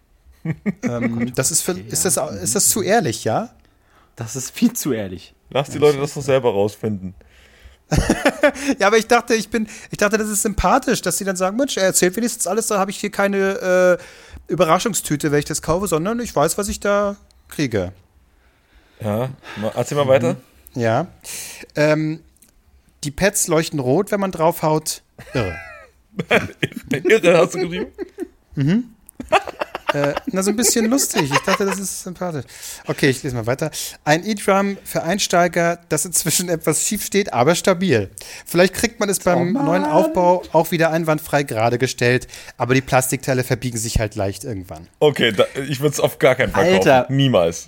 Ist das zu ehrlich, ja? Das ist viel zu ehrlich. Lass die Leute das doch selber rausfinden. Ja, aber ich dachte, das ist sympathisch, dass sie dann sagen, Mensch, er erzählt wenigstens alles, da habe ich hier keine Überraschungstüte, wenn ich das kaufe, sondern ich weiß, was ich da kriege. Ja, erzähl mal weiter. Ja. Die Pads leuchten rot, wenn man draufhaut. Irre. Irre, hast du geschrieben? Mhm. So ein bisschen lustig. Ich dachte, das ist sympathisch. Okay, ich lese mal weiter. Ein E-Drum für Einsteiger, das inzwischen etwas schief steht, aber stabil. Vielleicht kriegt man es beim neuen Aufbau auch wieder einwandfrei gerade gestellt, aber die Plastikteile verbiegen sich halt leicht irgendwann. Okay, ich würde es auf gar keinen Fall Alter, kaufen. Niemals.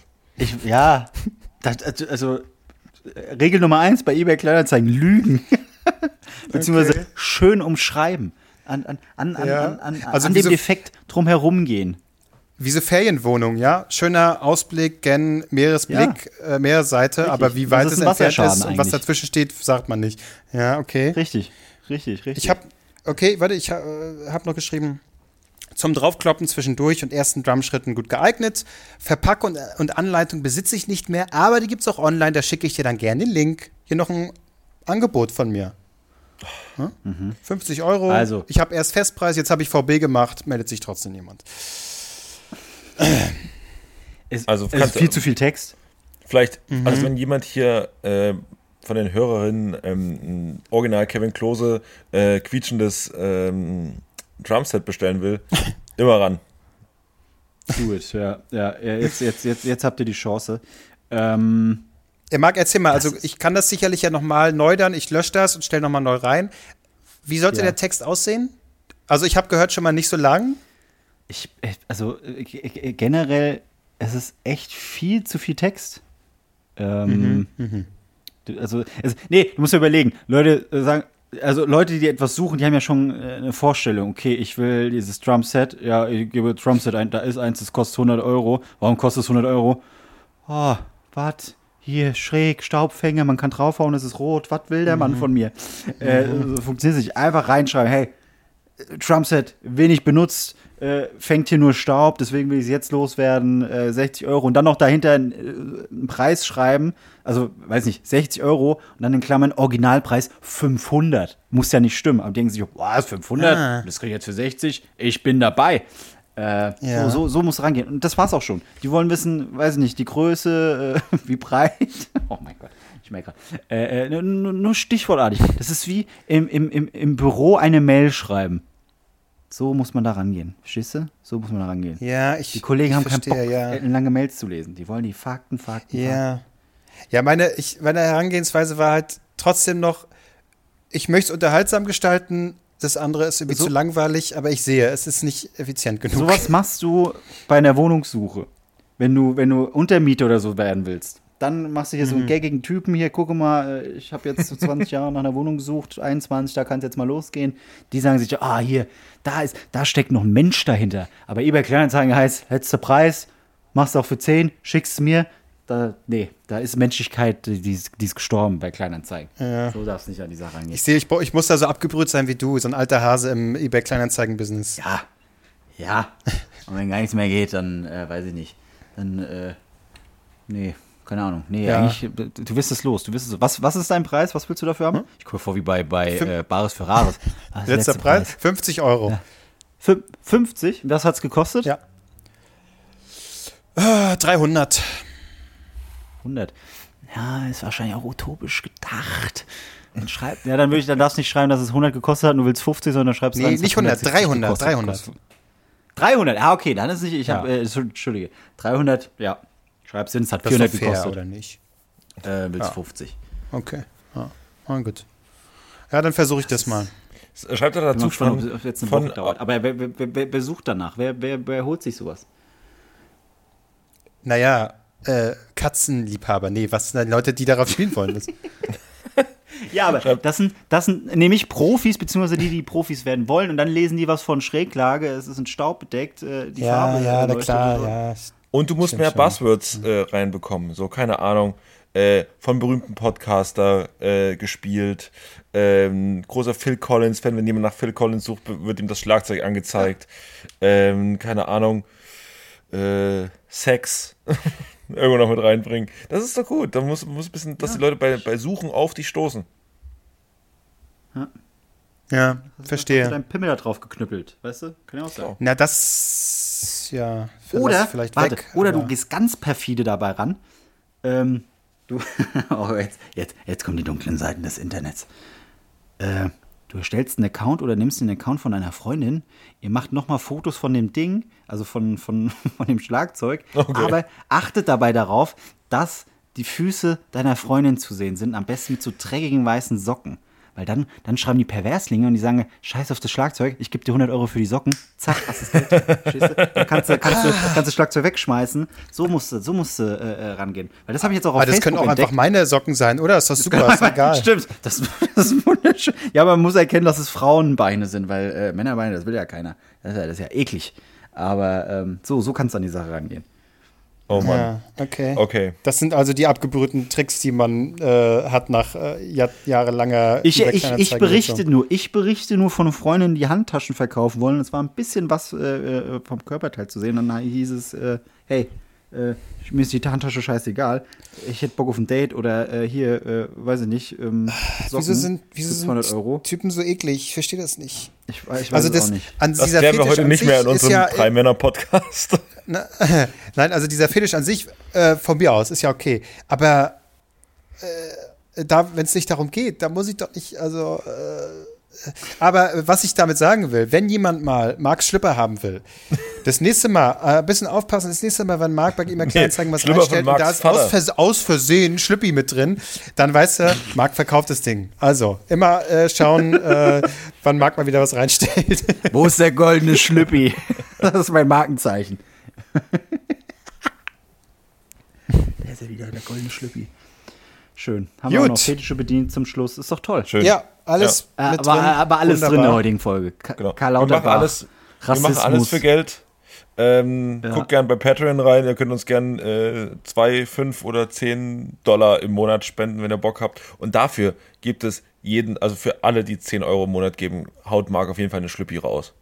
Regel Nummer 1 bei eBay Kleinanzeigen, Lügen. Beziehungsweise schön umschreiben. An dem Defekt drumherum gehen. Wie so Ferienwohnung, ja? Schöner Ausblick, gen Meeresblick, Meerseite, richtig. Aber wie weit es entfernt ist und was dazwischen steht, sagt man nicht. Ja, okay. Richtig. Ich habe noch geschrieben, zum Draufkloppen zwischendurch und ersten Drumschritten gut geeignet. Verpackung und Anleitung besitze ich nicht mehr, aber die gibt's auch online, da schicke ich dir dann gerne den Link. Hier noch ein Angebot von mir. 50 €. Also. Ich habe erst Festpreis, jetzt habe ich VB gemacht, meldet sich trotzdem niemand. Es ist viel zu viel Text. Vielleicht, also wenn jemand hier von den Hörerinnen original Kevin Klose quietschendes Drumset bestellen will, immer ran. Do it, ja. Jetzt habt ihr die Chance. Marc, erzähl mal, also ich kann das sicherlich ja nochmal neu dann, ich lösche das und stelle nochmal neu rein. Wie sollte der Text aussehen? Also ich habe gehört, schon mal nicht so lang. Generell, es ist echt viel zu viel Text. Du musst dir überlegen, Leute sagen, also Leute, die etwas suchen, die haben ja schon eine Vorstellung. Okay, ich will dieses Drumset, ja, ich gebe Drumset ein, da ist eins, das kostet 100 €. Warum kostet es 100 €? Oh, was? Hier, schräg, Staubfänger, man kann draufhauen, es ist rot. Was will der Mann von mir? Funktioniert nicht. Einfach reinschreiben, hey, Drumset, wenig benutzt, fängt hier nur Staub, deswegen will ich es jetzt loswerden, 60 € und dann noch dahinter einen Preis schreiben, also, weiß nicht, 60 € und dann in Klammern Originalpreis 500. Muss ja nicht stimmen, aber denken sich, was, 500? Das kriege ich jetzt für 60? Ich bin dabei. So muss es rangehen. Und das war's auch schon. Die wollen wissen, weiß ich nicht, die Größe, wie breit. Oh mein Gott, ich merke gerade. Nur stichwortartig. Das ist wie im Büro eine Mail schreiben. So muss man da rangehen. Verstehst du? So muss man da rangehen. Ja, die Kollegen haben keinen Bock, lange Mails zu lesen. Die wollen die Fakten. Ja, meine Herangehensweise war halt trotzdem noch, ich möchte es unterhaltsam gestalten. Das andere ist irgendwie zu langweilig, aber ich sehe, es ist nicht effizient genug. Sowas machst du bei einer Wohnungssuche, wenn du Untermieter oder so werden willst. Dann machst du hier so einen gaggigen Typen hier, gucke mal, ich habe jetzt 20 Jahre nach einer Wohnung gesucht, 21, da kann es jetzt mal losgehen. Die sagen sich, hier, da steckt noch ein Mensch dahinter. Aber eBay Kleinanzeigen heißt, letzter Preis, machst du auch für 10, schickst mir. Da ist Menschlichkeit, die ist gestorben bei Kleinanzeigen. Ja. So darfst du nicht an die Sache rangehen. Ich sehe, ich muss da so abgebrüht sein wie du, so ein alter Hase im eBay-Kleinanzeigen-Business. Ja. Und wenn gar nichts mehr geht, dann, weiß ich nicht. Dann, keine Ahnung. Eigentlich, du wirst es los. Was ist dein Preis? Was willst du dafür haben? Ich gucke vor wie bei Bares für Rares. Letzter Preis? 50 €. Ja. 50? Was hat's gekostet? Ja. 300. 100. Ja, ist wahrscheinlich auch utopisch gedacht. Dann darfst du nicht schreiben, dass es 100 gekostet hat, du willst 50, sondern dann schreibst du Nee, nicht 100, 300. 300, okay, dann ist es nicht, Entschuldige, 300, ja, schreibst du hin, es hat 400 fair, gekostet. oder nicht? Willst 50. Okay, ja, gut. Ja, dann versuche ich das mal. Schreibt er dazu ob jetzt eine Woche dauert. Aber wer sucht danach? Wer holt sich sowas? Naja, Katzenliebhaber. Nee, was sind denn Leute, die darauf spielen wollen? Ja, aber das sind nämlich Profis, beziehungsweise die Profis werden wollen und dann lesen die was von Schräglage, es ist ein Staub bedeckt, die Farbe. Ja, na klar, ja. Und du musst mehr Buzzwords reinbekommen, so, keine Ahnung, von berühmten Podcaster gespielt, großer Phil Collins-Fan, wenn jemand nach Phil Collins sucht, wird ihm das Schlagzeug angezeigt, keine Ahnung, Sex irgendwo noch mit reinbringen. Das ist doch gut. Da muss ein bisschen, dass die Leute bei Suchen auf dich stoßen. Ja, verstehe. Hast du deinen Pimmel da drauf geknüppelt, weißt du? Kann ja auch sein. Na, das, ja, oder, vielleicht warte, weg. Oder du gehst ganz perfide dabei ran. Jetzt kommen die dunklen Seiten des Internets. Du erstellst einen Account oder nimmst den Account von deiner Freundin, ihr macht nochmal Fotos von dem Ding, also von dem Schlagzeug, aber achtet dabei darauf, dass die Füße deiner Freundin zu sehen sind, am besten mit so dreckigen weißen Socken. Weil dann schreiben die Perverslinge und die sagen, scheiß auf das Schlagzeug, ich gebe dir 100 Euro für die Socken, zack, hast das Geld. Verstehst du? Dann kannst du das Schlagzeug wegschmeißen. So musst du rangehen. Weil das habe ich jetzt auch auf Facebook das können auch entdeckt. einfach meine Socken sein, oder? Ist das super, ist egal. Stimmt, das ist wunderschön. Ja, aber man muss erkennen, dass es Frauenbeine sind, weil Männerbeine, das will ja keiner. Das ist ja eklig. Aber so kannst du an die Sache rangehen. Oh Mann. Ja, Okay. Das sind also die abgebrühten Tricks, die man hat nach jahrelanger Ich berichte nur von Freunden, die Handtaschen verkaufen wollen. Es war ein bisschen was vom Körperteil zu sehen. Und dann hieß es, hey, mir ist die Handtasche scheißegal. Ich hätte Bock auf ein Date oder weiß ich nicht, Socken Wieso sind 200 Euro. Typen so eklig? Ich verstehe das nicht. Ich weiß also es auch nicht. Das werden wir heute nicht mehr in unserem Drei-Männer-Podcast. Nein, also dieser Fetisch an sich, von mir aus, ist ja okay. Aber wenn es nicht darum geht, da muss ich doch nicht, aber was ich damit sagen will, wenn jemand mal Marks Schlüpper haben will, das nächste Mal, ein bisschen aufpassen, das nächste Mal, wenn Mark bei ihm Kleinanzeigen was reinstellt und da ist aus Versehen Schlüppi mit drin, dann weißt du, Mark verkauft das Ding. Also, immer schauen, wann Mark mal wieder was reinstellt. Wo ist der goldene Schlüppi? Das ist mein Markenzeichen. Der ist ja wieder der goldene Schlüppi. Schön. Haben wir auch noch Fetische bedient zum Schluss. Ist doch toll. Schön. Ja, alles mit drin. Aber alles drin in der heutigen Folge. Genau. Karl Lauterbach, wir machen alles für Geld. Guckt gern bei Patreon rein. Ihr könnt uns gern 2, 5 oder $10 im Monat spenden, wenn ihr Bock habt. Und dafür gibt es also für alle, die 10 Euro im Monat geben, haut Marc auf jeden Fall eine Schlüppi raus.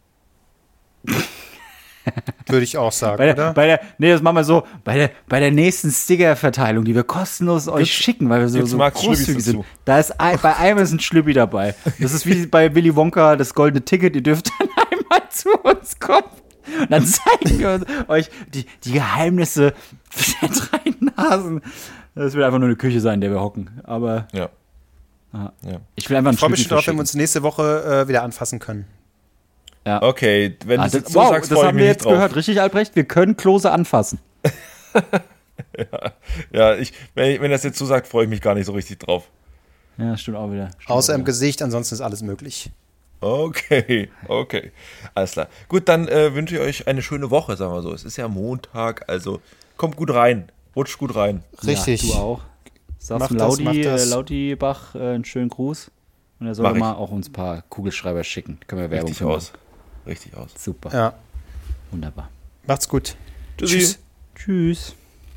Würde ich auch sagen, oder? Das machen wir so. Bei der nächsten Sticker-Verteilung, die wir kostenlos euch schicken, weil wir so großzügig sind, da ist bei einem ist ein Schlüppi dabei. Das ist wie bei Willy Wonka das goldene Ticket. Ihr dürft dann einmal zu uns kommen. Und dann zeigen wir euch die Geheimnisse der 3 Nasen. Das wird einfach nur eine Küche sein, in der wir hocken. Aber ja. Ich will einfach einen Ich freue mich Schlüppi schon drauf, wenn verschicken. wir uns nächste Woche wieder anfassen können. Ja. Okay, wenn du es jetzt so wow, sagst, das freue ich haben mich wir nicht jetzt drauf. gehört. Richtig, Albrecht? Wir können Klose anfassen. Ja, wenn das jetzt so sagt, freue ich mich gar nicht so richtig drauf. Ja, stimmt auch wieder. Außer im Gesicht, ansonsten ist alles möglich. Okay. Alles klar. Gut, dann wünsche ich euch eine schöne Woche, sagen wir so. Es ist ja Montag, also kommt gut rein. Rutscht gut rein. Richtig. Ja, du auch. Sagst Mach das. Lautibach einen schönen Gruß. Und er soll mal auch uns ein paar Kugelschreiber schicken. Können wir Werbung für machen. Richtig aus. Super. Ja. Wunderbar. Macht's gut. Tschüssi. Tschüss.